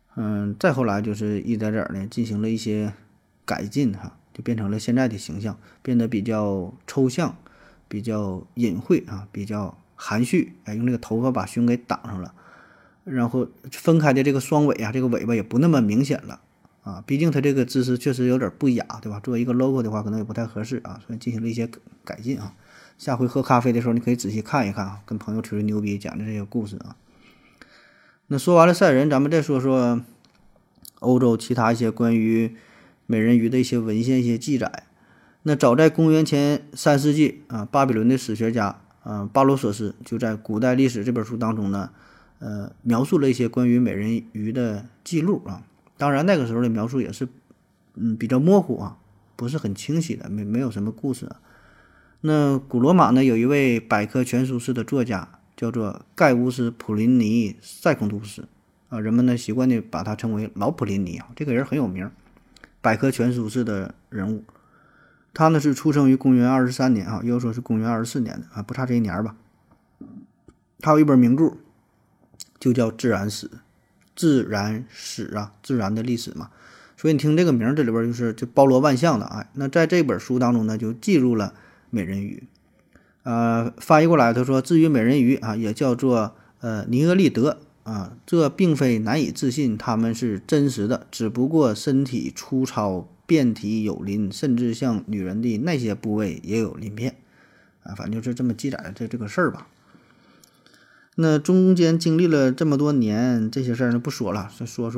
再后来就是一点点呢进行了一些改进哈，就变成了现在的形象，变得比较抽象，比较隐晦啊，比较含蓄，用这个头发把胸给挡上了，然后分开的这个双尾啊，这个尾巴也不那么明显了啊，毕竟它这个姿势确实有点不雅，对吧？作为一个 logo 的话，可能也不太合适啊，所以进行了一些改进啊。下回喝咖啡的时候，你可以仔细看一看啊，跟朋友吹吹牛逼，讲的这些故事啊。那说完了赛人，咱们再说说欧洲其他一些关于美人鱼的一些文献、一些记载。那早在公元前3世纪啊，巴比伦的史学家巴罗索斯就在《古代历史》这本书当中呢，描述了一些关于美人鱼的记录啊。当然那个时候的描述也是比较模糊啊，不是很清晰的，没有什么故事啊。那古罗马呢，有一位百科全书式的作家，叫做盖乌斯·普林尼·塞孔图斯啊，人们呢习惯地把他称为老普林尼啊。这个人很有名，百科全书式的人物。他呢是出生于公元23年啊，又说是公元24年的啊，不差这一年吧。他有一本名著，就叫《自然史》，自然史啊，自然的历史嘛。所以你听这个名，这里边就包罗万象的啊。那在这本书当中呢，就记录了美人鱼。翻译过来他说，至于美人鱼啊，也叫做尼俄利德啊，这并非难以置信，它们是真实的，只不过身体粗糙，遍体有鳞，甚至像女人的那些部位也有鳞片啊，反正就是这么记载的这个事儿吧。那中间经历了这么多年，这些事儿呢不说了，说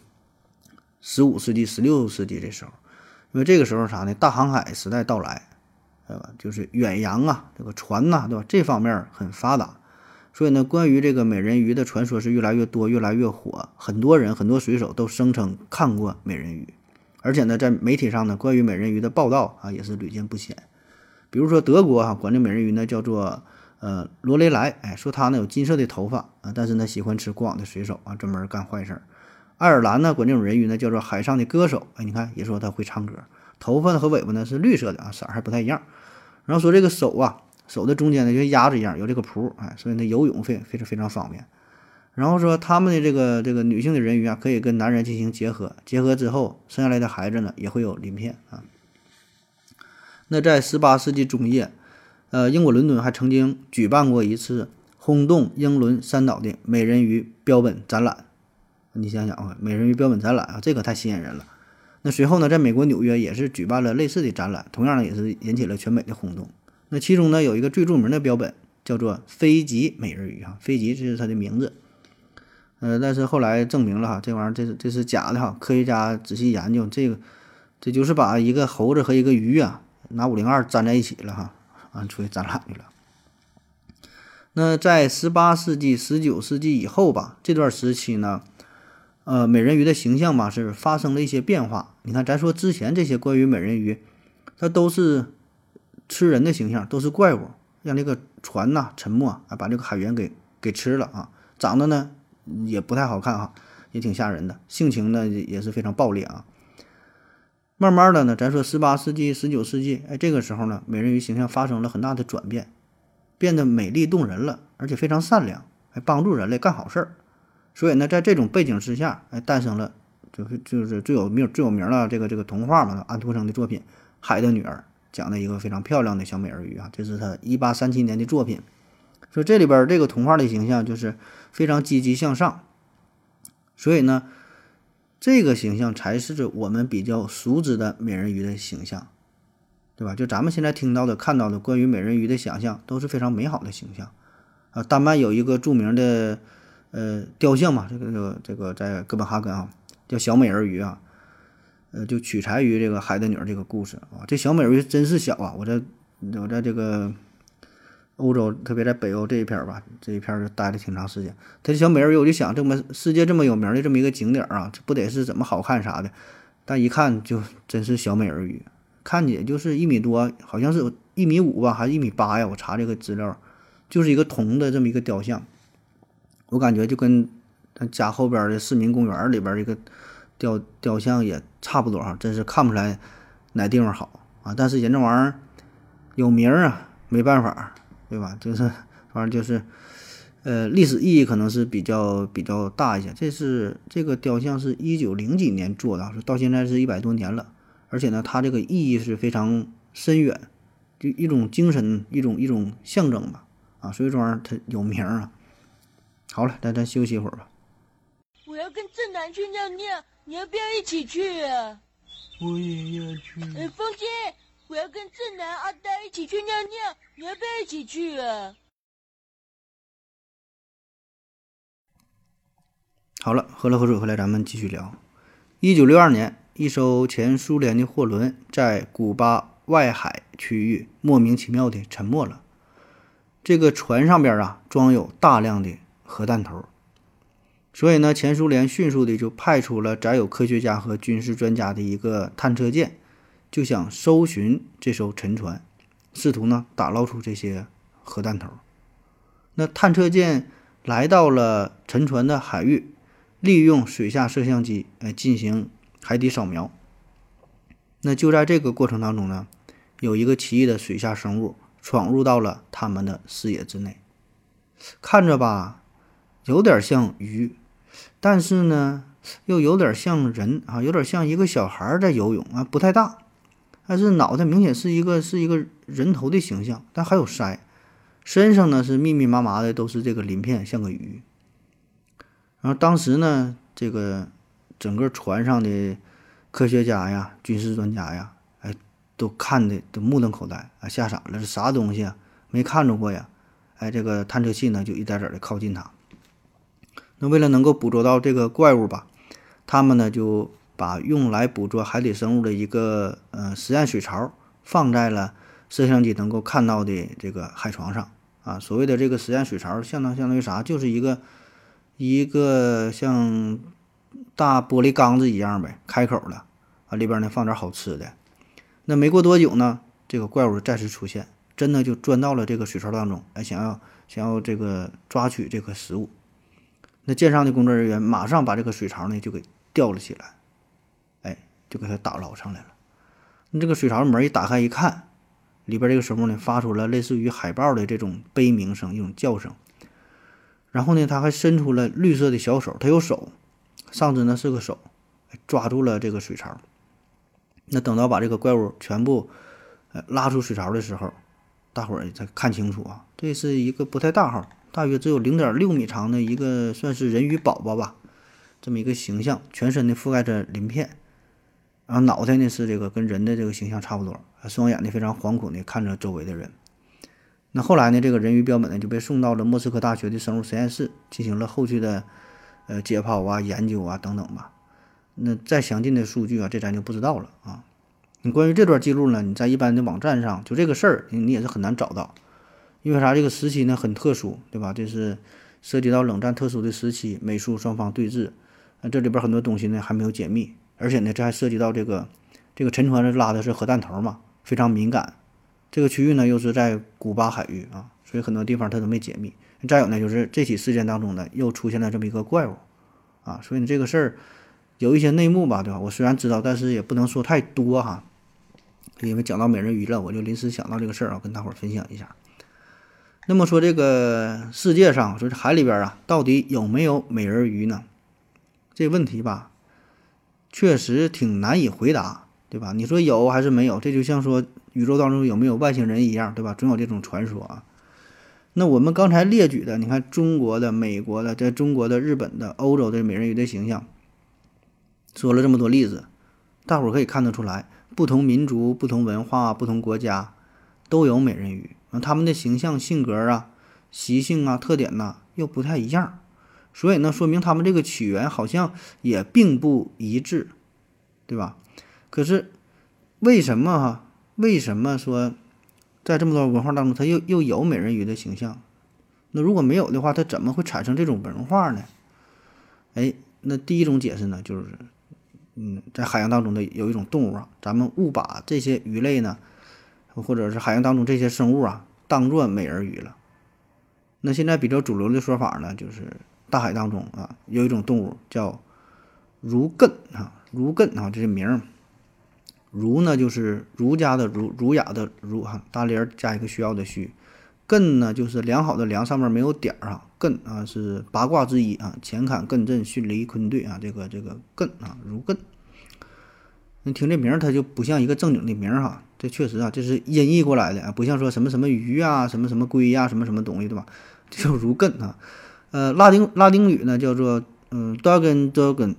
15世纪、16世纪这时候，因为这个时候啥呢？大航海时代到来，对吧？就是远洋啊，这个船呐，对吧？这方面很发达，所以呢，关于这个美人鱼的传说是越来越多，越来越火。很多人、很多水手都声称看过美人鱼，而且呢，在媒体上呢，关于美人鱼的报道啊，也是屡见不鲜。比如说德国啊，管这美人鱼呢叫做罗雷莱，说她呢有金色的头发啊，但是呢喜欢吃过往的水手啊，专门干坏事儿。爱尔兰呢管这种人鱼呢叫做海上的歌手，你看也说他会唱歌，头发和尾巴呢是绿色的啊，色还不太一样。然后说这个手啊，手的中间呢就像鸭子一样有这个蹼，所以呢游泳非常方便。然后说他们的这个女性的人鱼啊，可以跟男人进行结合，结合之后生下来的孩子呢也会有鳞片啊。那在18世纪中叶，英国伦敦还曾经举办过一次轰动英伦三岛的美人鱼标本展览。你想想啊，美人鱼标本展览啊，这个太吸引人了。那随后呢，在美国纽约也是举办了类似的展览，同样呢也是引起了全美的轰动。那其中呢有一个最著名的标本叫做飞吉美人鱼啊，飞吉这是它的名字。但是后来证明了哈，这玩意儿这是假的哈。科学家仔细研究这就是把一个猴子和一个鱼啊拿502粘在一起了哈，出去展览去了。那在18世纪、19世纪以后吧，这段时期呢，美人鱼的形象吧是发生了一些变化。你看，咱说之前这些关于美人鱼，它都是吃人的形象，都是怪物，让这个船呐沉没啊，把这个海员给吃了啊，长得呢也不太好看哈，也挺吓人的，性情呢也是非常暴烈啊。慢慢的呢，咱说18世纪、19世纪，这个时候呢，美人鱼形象发生了很大的转变，变得美丽动人了，而且非常善良，还帮助人类干好事儿。所以呢，在这种背景之下，诞生了就是最有名的这个童话嘛，安徒生的作品《海的女儿》，讲的一个非常漂亮的小美人鱼啊，这是他1837年的作品。所以这里边这个童话的形象就是非常积极向上，所以呢，这个形象才是我们比较熟知的美人鱼的形象，对吧？就咱们现在听到的、看到的关于美人鱼的想象，都是非常美好的形象啊。丹麦有一个著名的雕像嘛，这个在哥本哈根啊，叫小美人鱼啊，就取材于这个海的女儿这个故事啊。这小美人鱼真是小啊！我在这个欧洲，特别在北欧这一片吧，这一片就待了挺长时间。它这小美人鱼，我就想，这么世界这么有名的这么一个景点啊，这不得是怎么好看啥的？但一看就真是小美人鱼，看起来就是1米多，好像是1.5米吧，还是1.8米呀？我查这个资料，就是一个铜的这么一个雕像。我感觉就跟他家后边的市民公园里边这个雕像也差不多哈，真是看不出来哪地方好啊。但是人这玩意儿有名啊，没办法，对吧？就是反正就是历史意义可能是比较大一些。这个雕像是1900几年做的，到现在是100多年了，而且呢，它这个意义是非常深远，就一种精神，一种象征吧，啊，所以这玩意儿它有名啊。好了，咱休息一会儿吧。 我要跟正南去尿尿，你要不要一起去啊？ 我也要去。 风姐，我要跟正南、阿呆一起去尿尿，你要不要一起去啊？ 好了，喝了口水回来，咱们继续聊。1962年，一艘前苏联的货轮在古巴外海区域莫名其妙地沉没了。这个船上边啊装有大量的核弹头，所以呢，前苏联迅速的就派出了载有科学家和军事专家的一个探测舰，就想搜寻这艘沉船，试图呢打捞出这些核弹头。那探测舰来到了沉船的海域，利用水下摄像机进行海底扫描。那就在这个过程当中呢，有一个奇异的水下生物闯入到了他们的视野之内，看着吧有点像鱼，但是呢又有点像人啊，有点像一个小孩在游泳啊，不太大，但是脑袋明显是一个人头的形象，但还有鳃，身上呢是密密麻麻的都是这个鳞片，像个鱼。然后当时呢，这个整个船上的科学家呀、军事专家呀，都看的都目瞪口呆啊，吓傻了，这啥东西啊？没看着过呀！这个探测器呢就一点点的靠近它。那为了能够捕捉到这个怪物吧，他们呢就把用来捕捉海底生物的一个实验水槽放在了摄像机能够看到的这个海床上啊。所谓的这个实验水槽，相当于啥？就是一个像大玻璃缸子一样呗，开口的啊，里边呢放点好吃的。那没过多久呢，这个怪物再次出现，真的就钻到了这个水槽当中，想要这个抓取这个食物。那舰上的工作人员马上把这个水槽呢就给吊了起来，就给它打捞上来了。那这个水槽门一打开一看，里边这个生物呢发出了类似于海豹的这种悲鸣声，一种叫声。然后呢，它还伸出了绿色的小手，它有手，上肢呢是个手，抓住了这个水槽。那等到把这个怪物全部拉出水槽的时候，大伙儿才看清楚啊，这是一个不太大号，大约只有0.6米长的一个算是人鱼宝宝吧，这么一个形象，全身呢覆盖着鳞片，然后脑袋呢是这个跟人的这个形象差不多，双眼呢非常惶恐的看着周围的人。那后来呢，这个人鱼标本呢就被送到了莫斯科大学的生物实验室，进行了后续的解剖啊、研究啊等等吧。那再详尽的数据啊，这咱就不知道了啊。你关于这段记录呢，你在一般的网站上，就这个事儿，你也是很难找到，因为啥？这个时期呢很特殊，对吧？这是涉及到冷战特殊的时期，美苏双方对峙，这里边很多东西呢还没有解密，而且呢这还涉及到这个沉船拉的是核弹头嘛，非常敏感。这个区域呢又是在古巴海域啊，所以很多地方它都没解密。再有呢，就是这起事件当中呢又出现了这么一个怪物啊，所以呢这个事儿有一些内幕吧，对吧？我虽然知道，但是也不能说太多哈，因为讲到美人鱼了，我就临时想到这个事儿啊，跟大伙儿分享一下。那么说这个世界上，说这海里边啊，到底有没有美人鱼呢？这问题吧，确实挺难以回答，对吧？你说有还是没有？这就像说宇宙当中有没有外星人一样，对吧？总有这种传说啊。那我们刚才列举的，你看中国的、美国的、在中国的、日本的、欧洲的美人鱼的形象，说了这么多例子，大伙儿可以看得出来，不同民族、不同文化、不同国家都有美人鱼，他们的形象、性格啊、习性啊、特点呐又不太一样，所以呢，说明他们这个起源好像也并不一致，对吧？可是为什么说在这么多文化当中，它又有美人鱼的形象？那如果没有的话，它怎么会产生这种文化呢？那第一种解释呢，就是在海洋当中的有一种动物啊，咱们误把这些鱼类呢，或者是海洋当中这些生物啊，当作美人鱼了。那现在比较主流的说法呢，就是大海当中啊，有一种动物叫儒艮啊，这是名儿。儒呢就是儒家的儒，儒雅的儒哈，大连加一个需要的需。艮呢就是良好的良，上面没有点儿哈， 艮啊是八卦之一啊，乾坎艮震巽离坤兑啊，这个艮啊如艮。你听这名儿，它就不像一个正经的名儿哈，这确实啊，这是音译过来的啊，不像说什么什么鱼啊，什么什么龟呀、什么什么东西，对吧？这就如艮啊。拉丁语呢叫做Dogen Dogen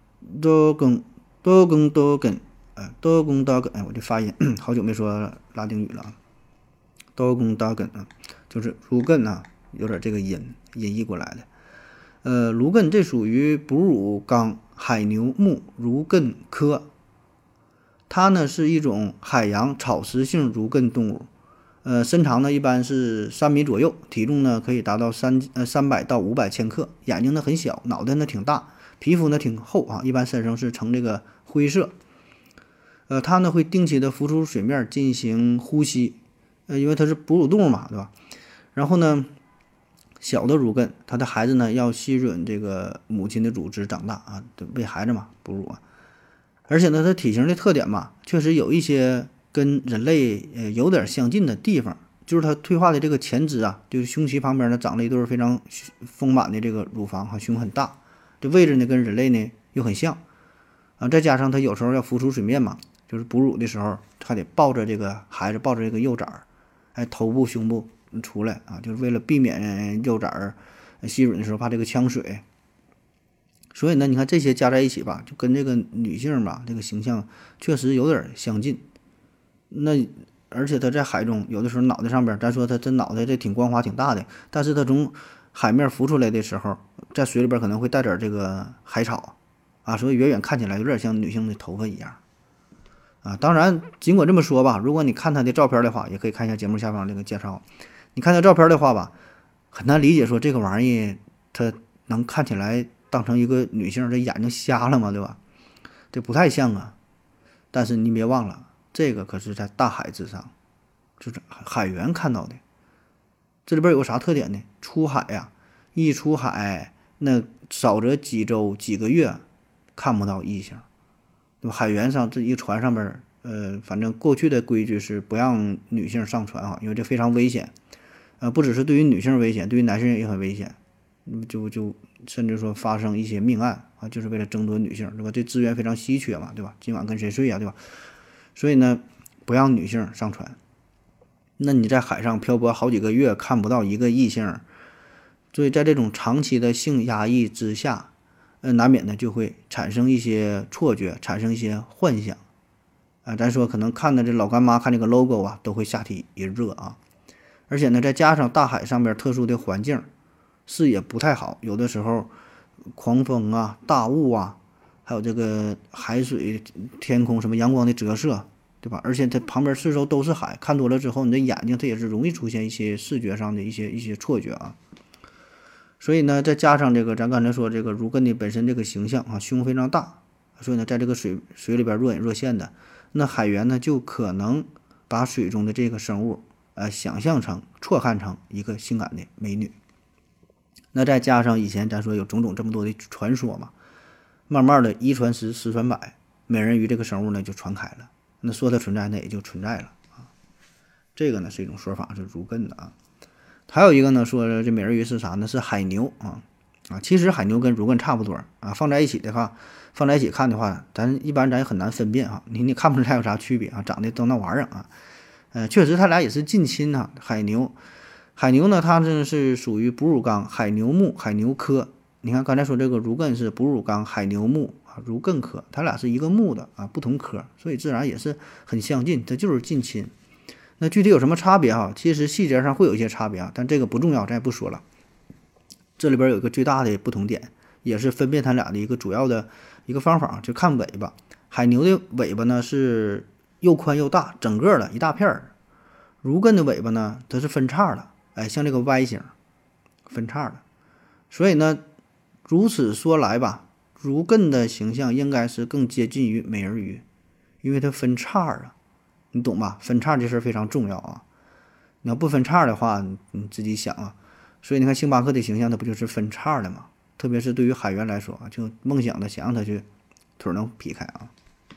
Dogen Dogen Dogen Dogen Dogen， 哎，我这发音好久没说拉丁语了啊。Dogen Dogen 啊，就是如艮啊，有点这个音译过来的。如艮这属于哺乳纲海牛目如艮科。它呢是一种海洋草食性如艮动物，身长呢一般是3米左右，体重呢可以达到300到500千克，眼睛呢很小，脑袋呢挺大，皮肤呢挺厚啊，一般身上是呈这个灰色。它呢会定期的浮出水面进行呼吸，因为它是哺乳动物嘛，对吧？然后呢，小的如艮，它的孩子呢要吸吮这个母亲的乳汁长大啊，喂孩子嘛，哺乳啊。而且呢，它体型的特点嘛，确实有一些跟人类有点相近的地方，就是它退化的这个前肢啊，就是胸鳍旁边呢长了一对非常丰满的这个乳房哈，胸很大，这位置呢跟人类呢又很像啊，再加上它有时候要浮出水面嘛，就是哺乳的时候，它得抱着这个孩子，抱着这个幼崽儿，哎，头部胸部出来啊，就是为了避免幼崽儿吸吮的时候怕这个呛水。所以呢，你看这些加在一起吧，就跟这个女性吧，这个形象确实有点相近。那而且它在海中，有的时候脑袋上边，咱说它这脑袋这挺光滑挺大的，但是它从海面浮出来的时候，在水里边可能会带点这个海草啊，所以远远看起来有点像女性的头发一样啊。当然，尽管这么说吧，如果你看它的照片的话，也可以看一下节目下方这个介绍。你看它照片的话吧，很难理解说这个玩意它能看起来当成一个女性，这眼睛瞎了嘛，对吧？这不太像啊。但是你别忘了，这个可是在大海之上，就是海员看到的。这里边有个啥特点呢？出海呀，一出海，那少则几周、几个月看不到异性，对吧？海员上这一船上边，反正过去的规矩是不让女性上船啊，因为这非常危险。不只是对于女性危险，对于男性也很危险。就甚至说发生一些命案啊，就是为了争夺女性，对吧？这资源非常稀缺嘛，对吧？今晚跟谁睡呀，对吧？所以呢，不让女性上船。那你在海上漂泊好几个月，看不到一个异性，所以在这种长期的性压抑之下，难免呢就会产生一些错觉，产生一些幻想啊。咱说可能看的这老干妈看这个 logo 啊，都会下体一热啊。而且呢，再加上大海上面特殊的环境，视野不太好，有的时候狂风啊、大雾啊，还有这个海水、天空什么阳光的折射，对吧？而且它旁边四周都是海，看多了之后，你的眼睛它也是容易出现一些视觉上的一些错觉啊。所以呢，再加上这个咱刚才说这个如艮的本身这个形象啊，胸非常大，所以呢，在这个水里边若隐若现的，那海员呢就可能把水中的这个生物想象成、错看成一个性感的美女。那再加上以前咱说有种种这么多的传说嘛，慢慢的一传十，十传百，美人鱼这个生物呢就传开了。那说它存在，那也就存在了啊。这个呢是一种说法，是如艮的啊。还有一个呢说这美人鱼是啥呢？是海牛啊。其实海牛跟如艮差不多啊，放在一起看的话，咱一般也很难分辨啊。你看不出来有啥区别啊，长得都那玩意儿啊。确实它俩也是近亲啊。海牛呢，它这是属于哺乳纲海牛目海牛科。你看刚才说这个如艮是哺乳纲海牛目啊，如艮科，它俩是一个目的啊，不同科，所以自然也是很相近，它就是近亲。那具体有什么差别哈？其实细节上会有一些差别啊，但这个不重要，咱也不说了。这里边有一个最大的不同点，也是分辨它俩的一个主要的一个方法，就看尾巴。海牛的尾巴呢是又宽又大，整个的一大片儿。如艮的尾巴呢，它是分叉的。像这个 Y 型分叉的，所以呢，如此说来吧，如艮的形象应该是更接近于美人鱼，因为它分叉啊，你懂吧？分叉这事儿非常重要啊，你要不分叉的话，你自己想啊。所以你看星巴克的形象，它不就是分叉的吗？特别是对于海员来说，就梦想的想让他去腿能劈开啊。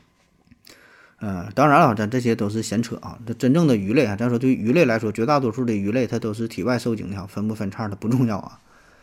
当然了，咱这些都是闲扯啊。这真正的鱼类啊，咱说对于鱼类来说，绝大多数的鱼类它都是体外受精的，分不分叉的不重要啊。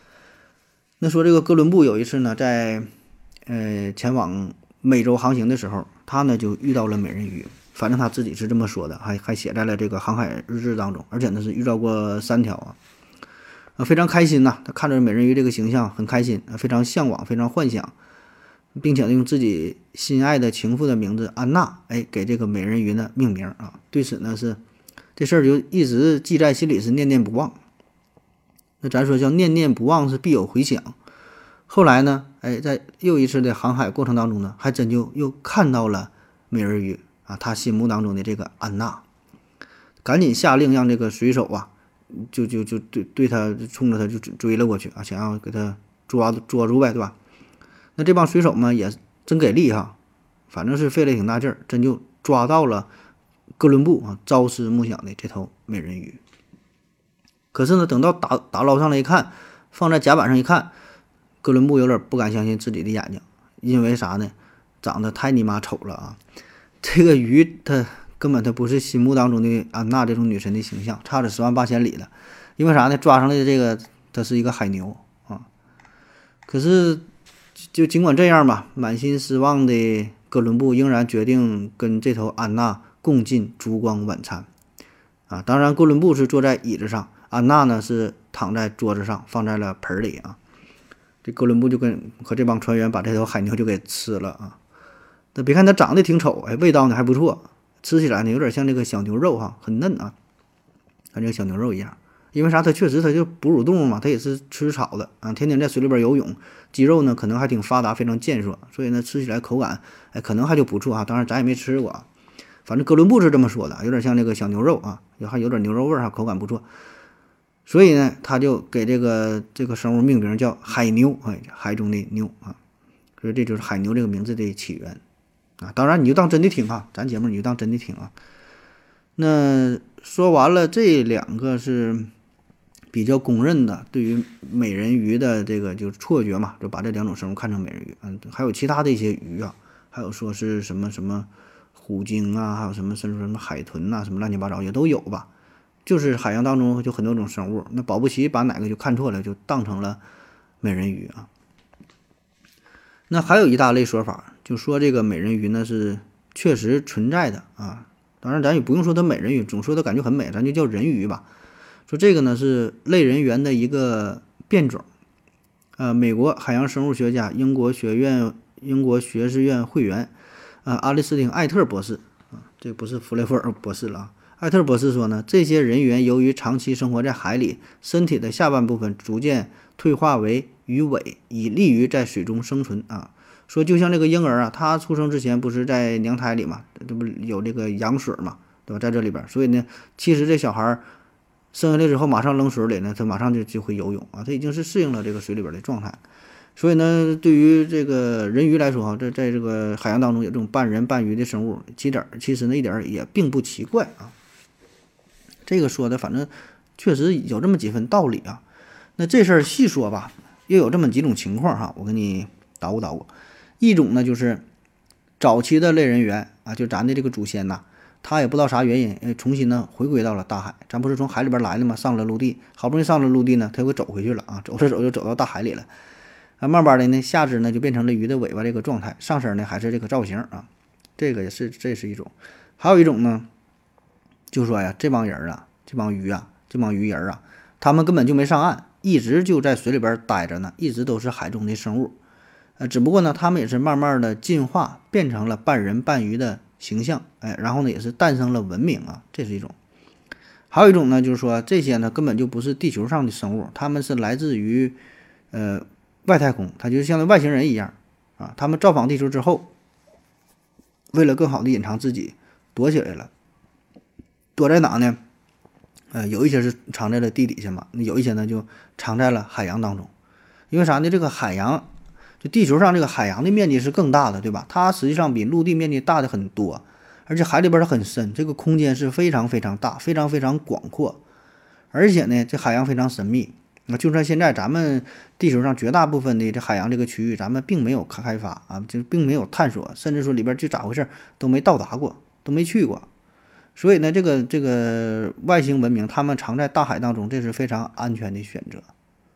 那说这个哥伦布有一次呢，在前往美洲航行的时候，他呢就遇到了美人鱼，反正他自己是这么说的，还写在了这个航海日志当中，而且呢是遇到过3条非常开心呐，他看着美人鱼这个形象很开心，非常向往，非常幻想，并且呢用自己心爱的情妇的名字安娜，给这个美人鱼呢命名啊。对此呢是这事儿就一直记在心里，是念念不忘。那咱说叫念念不忘是必有回响。后来呢，在又一次的航海过程当中呢，还真就又看到了美人鱼啊，他心目当中的这个安娜，赶紧下令让这个水手啊，就对他冲着他就追了过去啊，想要给他捉住呗，对吧？那这帮水手们也真给力哈，反正是费了挺大劲儿，真就抓到了哥伦布啊朝思暮想的这头美人鱼。可是呢，等到打捞上来一看，放在甲板上一看，哥伦布有点不敢相信自己的眼睛，因为啥呢？长得太你妈丑了啊！这个鱼它根本它不是心目当中的安娜这种女神的形象，差着10万8千里了。因为啥呢？抓上来的这个它是一个海牛啊。可是就尽管这样吧，满心失望的哥伦布仍然决定跟这头安娜共进烛光晚餐啊。当然，哥伦布是坐在椅子上，安娜呢是躺在桌子上，放在了盆里啊。这哥伦布就和这帮船员把这头海牛就给吃了啊。那别看它长得挺丑，味道呢还不错，吃起来呢有点像这个小牛肉哈，很嫩啊，跟这个小牛肉一样。因为啥？它确实它就哺乳动物嘛，它也是吃草的啊，天天在水里边游泳，肌肉呢可能还挺发达，非常健硕，所以呢吃起来口感可能还就不错啊。当然咱也没吃过，反正哥伦布是这么说的，有点像这个小牛肉啊，还有点牛肉味儿，口感不错。所以呢，他就给这个生物命名叫海牛，海中的牛啊，所以这就是海牛这个名字的起源啊。当然你就当真的听啊，咱节目你就当真的听啊。那说完了这2个是比较公认的对于美人鱼的这个就错觉嘛，就把这2种生物看成美人鱼。还有其他的一些鱼啊，还有说是什么虎鲸啊，还有什么海豚啊，什么乱七八糟也都有吧。就是海洋当中就很多种生物，那保不齐把哪个就看错了，就当成了美人鱼啊。那还有一大类说法，就说这个美人鱼呢是确实存在的啊。当然咱也不用说它美人鱼，总说它感觉很美，咱就叫人鱼吧。说这个呢是类人猿的一个变种。美国海洋生物学家、英国学士院会员阿里斯汀·艾特博士啊，这不是弗雷弗尔博士了啊。艾特博士说呢，这些人猿由于长期生活在海里，身体的下半部分逐渐退化为鱼尾，以利于在水中生存啊。说就像这个婴儿啊，他出生之前不是在娘胎里嘛，这不有这个羊水嘛，对吧？在这里边，所以呢，其实这小孩生下来之后马上扔水里呢，他马上就会游泳啊，他已经是适应了这个水里边的状态。所以呢，对于这个人鱼来说在这个海洋当中有这种半人半鱼的生物，其实呢一点也并不奇怪啊。这个说的反正确实有这么几分道理啊。那这事儿细说吧，又有这么几种情况哈，我给你捣鼓。一种呢就是早期的类人猿啊，就咱的这个祖先呐，他也不知道啥原因，重新呢回归到了大海。咱不是从海里边来的吗？上了陆地，好不容易上了陆地呢，他又走回去了啊，走着走就走到大海里了啊。慢慢的呢，下肢呢就变成了鱼的尾巴这个状态，上身呢还是这个造型啊。这是一种。还有一种呢，就说呀，这帮人啊，这帮鱼人啊，他们根本就没上岸，一直就在水里边待着呢，一直都是海中的生物。只不过呢，他们也是慢慢的进化，变成了半人半鱼的形象，然后呢，也是诞生了文明啊，这是一种。还有一种呢，就是说这些呢根本就不是地球上的生物，他们是来自于外太空，它就像外星人一样啊。他们造访地球之后，为了更好的隐藏自己，躲起来了。躲在哪呢？有一些是藏在了地底下嘛，有一些呢就藏在了海洋当中。因为啥呢？这个海洋，就地球上这个海洋的面积是更大的，对吧？它实际上比陆地面积大的很多，而且海里边很深，这个空间是非常非常大，非常非常广阔。而且呢，这海洋非常神秘。那就算现在咱们地球上绝大部分的这海洋这个区域，咱们并没有开发啊，就并没有探索，甚至说里边就咋回事都没到达过，都没去过。所以呢，这个外星文明，他们藏在大海当中，这是非常安全的选择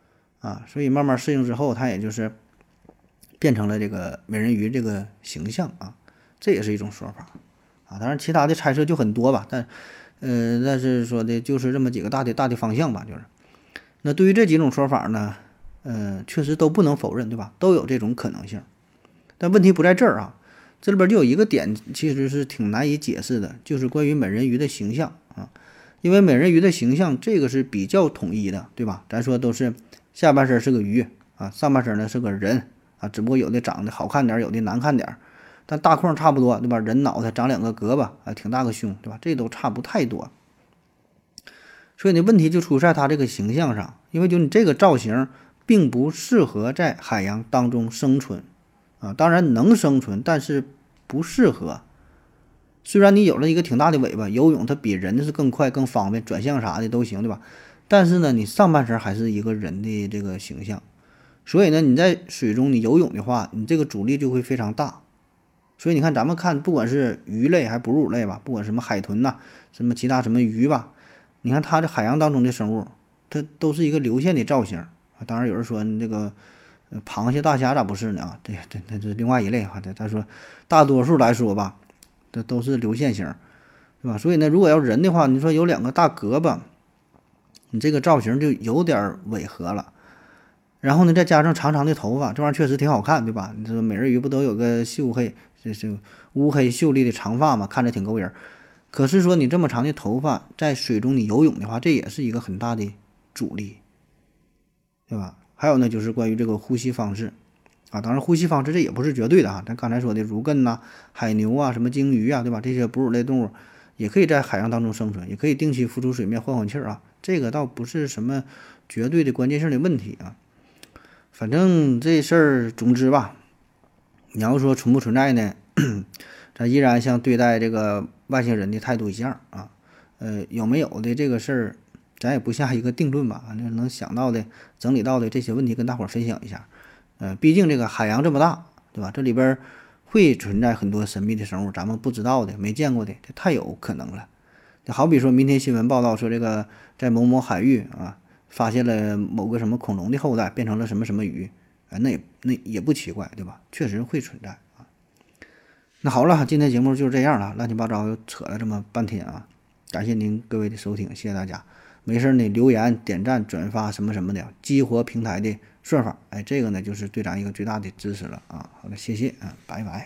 啊，所以慢慢适应之后，它也就是变成了这个美人鱼这个形象啊，这也是一种说法啊。当然，其他的猜测就很多吧，但是说的就是这么几个大的方向吧，就是。那对于这几种说法呢，确实都不能否认，对吧？都有这种可能性。但问题不在这儿啊，这里边就有一个点，其实是挺难以解释的，就是关于美人鱼的形象啊。因为美人鱼的形象这个是比较统一的，对吧？咱说都是下半身是个鱼啊，上半身呢是个人啊，只不过有的长得好看点，有的难看点，但大框差不多，对吧？人脑袋长两个胳膊啊，挺大个胸，对吧？这都差不太多。所以呢，问题就出在它这个形象上，因为就你这个造型并不适合在海洋当中生存啊，当然能生存，但是不适合。虽然你有了一个挺大的尾巴，游泳它比人是更快、更方便，转向啥的都行，对吧？但是呢，你上半身还是一个人的这个形象，所以呢，你在水中你游泳的话，你这个阻力就会非常大。所以你看，咱们看，不管是鱼类还哺乳类吧，不管什么海豚呐、什么其他什么鱼吧，你看它这海洋当中的生物，它都是一个流线的造型啊。当然有人说这个螃蟹、大虾咋不是呢？啊，这是另外一类哈。他说大多数来说吧，这都是流线型，对吧？所以呢，如果要人的话，你说有两个大胳膊，你这个造型就有点违和了。然后呢，再加上长长的头发，这玩意儿确实挺好看，对吧？你说美人鱼不都有个黝黑，这乌黑秀丽的长发嘛，看着挺勾人。可是说你这么长的头发在水中你游泳的话，这也是一个很大的阻力，对吧？还有呢，就是关于这个呼吸方式啊，当然呼吸方式这也不是绝对的啊。咱刚才说的儒艮呐、海牛啊、什么鲸鱼啊，对吧？这些哺乳类动物也可以在海洋当中生存，也可以定期浮出水面换气儿啊。这个倒不是什么绝对的关键性的问题啊。反正这事儿，总之吧，你要说存不存在呢，咱依然像对待这个外星人的态度一样啊。有没有的这个事儿，咱也不下一个定论吧。反正能想到的、整理到的这些问题，跟大伙儿分享一下。毕竟这个海洋这么大，对吧？这里边会存在很多神秘的生物，咱们不知道的、没见过的，这太有可能了。就好比说明天新闻报道说这个在某某海域啊，发现了某个什么恐龙的后代变成了什么什么鱼，那也不奇怪，对吧？确实会存在啊。那好了，今天节目就是这样了，乱七八糟又扯了这么半天啊，感谢您各位的收听，谢谢大家。没事呢，留言、点赞、转发什么什么的，激活平台的算法，哎，这个呢就是对咱一个最大的支持了啊。好的，谢谢啊，拜拜。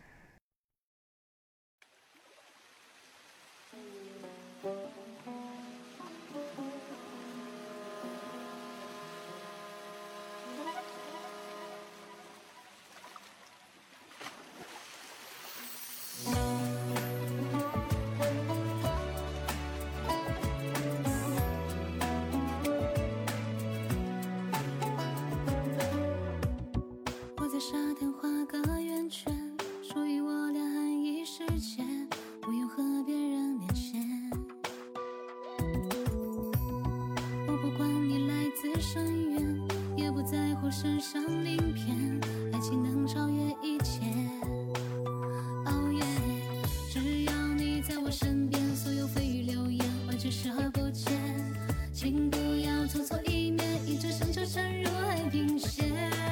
我在沙滩画个圆圈，属于我俩安逸世界，不用和别人连线。我不管你来自深渊，也不在乎身上鳞片，爱情能超越一切。哦耶，只要你在我身边，所有蜚语流言完全视而不见，请不要匆匆一面，一直深沉深入海平线。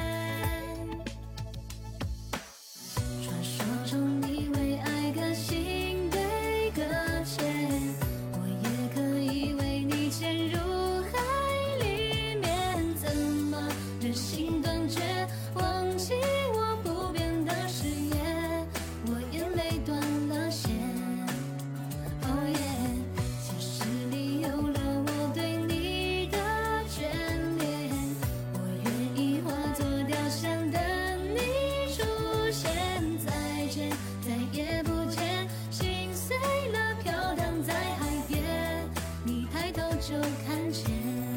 传说中你为爱甘心被搁浅，我也可以为你潜入海里面，怎么忍心断绝，忘记我不变的誓言，我眼泪断了线。哦耶，前世里有了我对你的眷恋，我愿意化作雕像等你出现。再见，再也不见，心碎了飘荡在海边，你抬头就看见。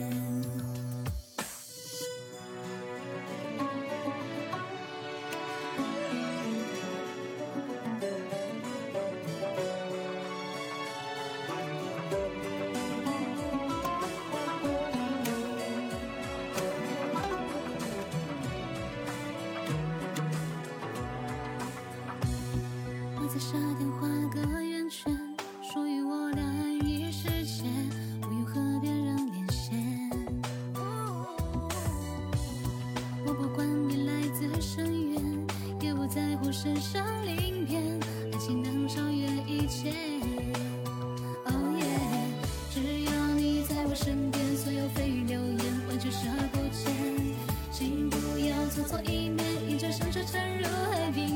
我在沙滩画个圆圈，属于我俩安逸世界，不用和别人连线。 身上鳞片，爱情能超越一切。Oh yeah， 只要你在我身边，所有蜚语流言完全视而不见。请不要做错一面，一转身就沉入海平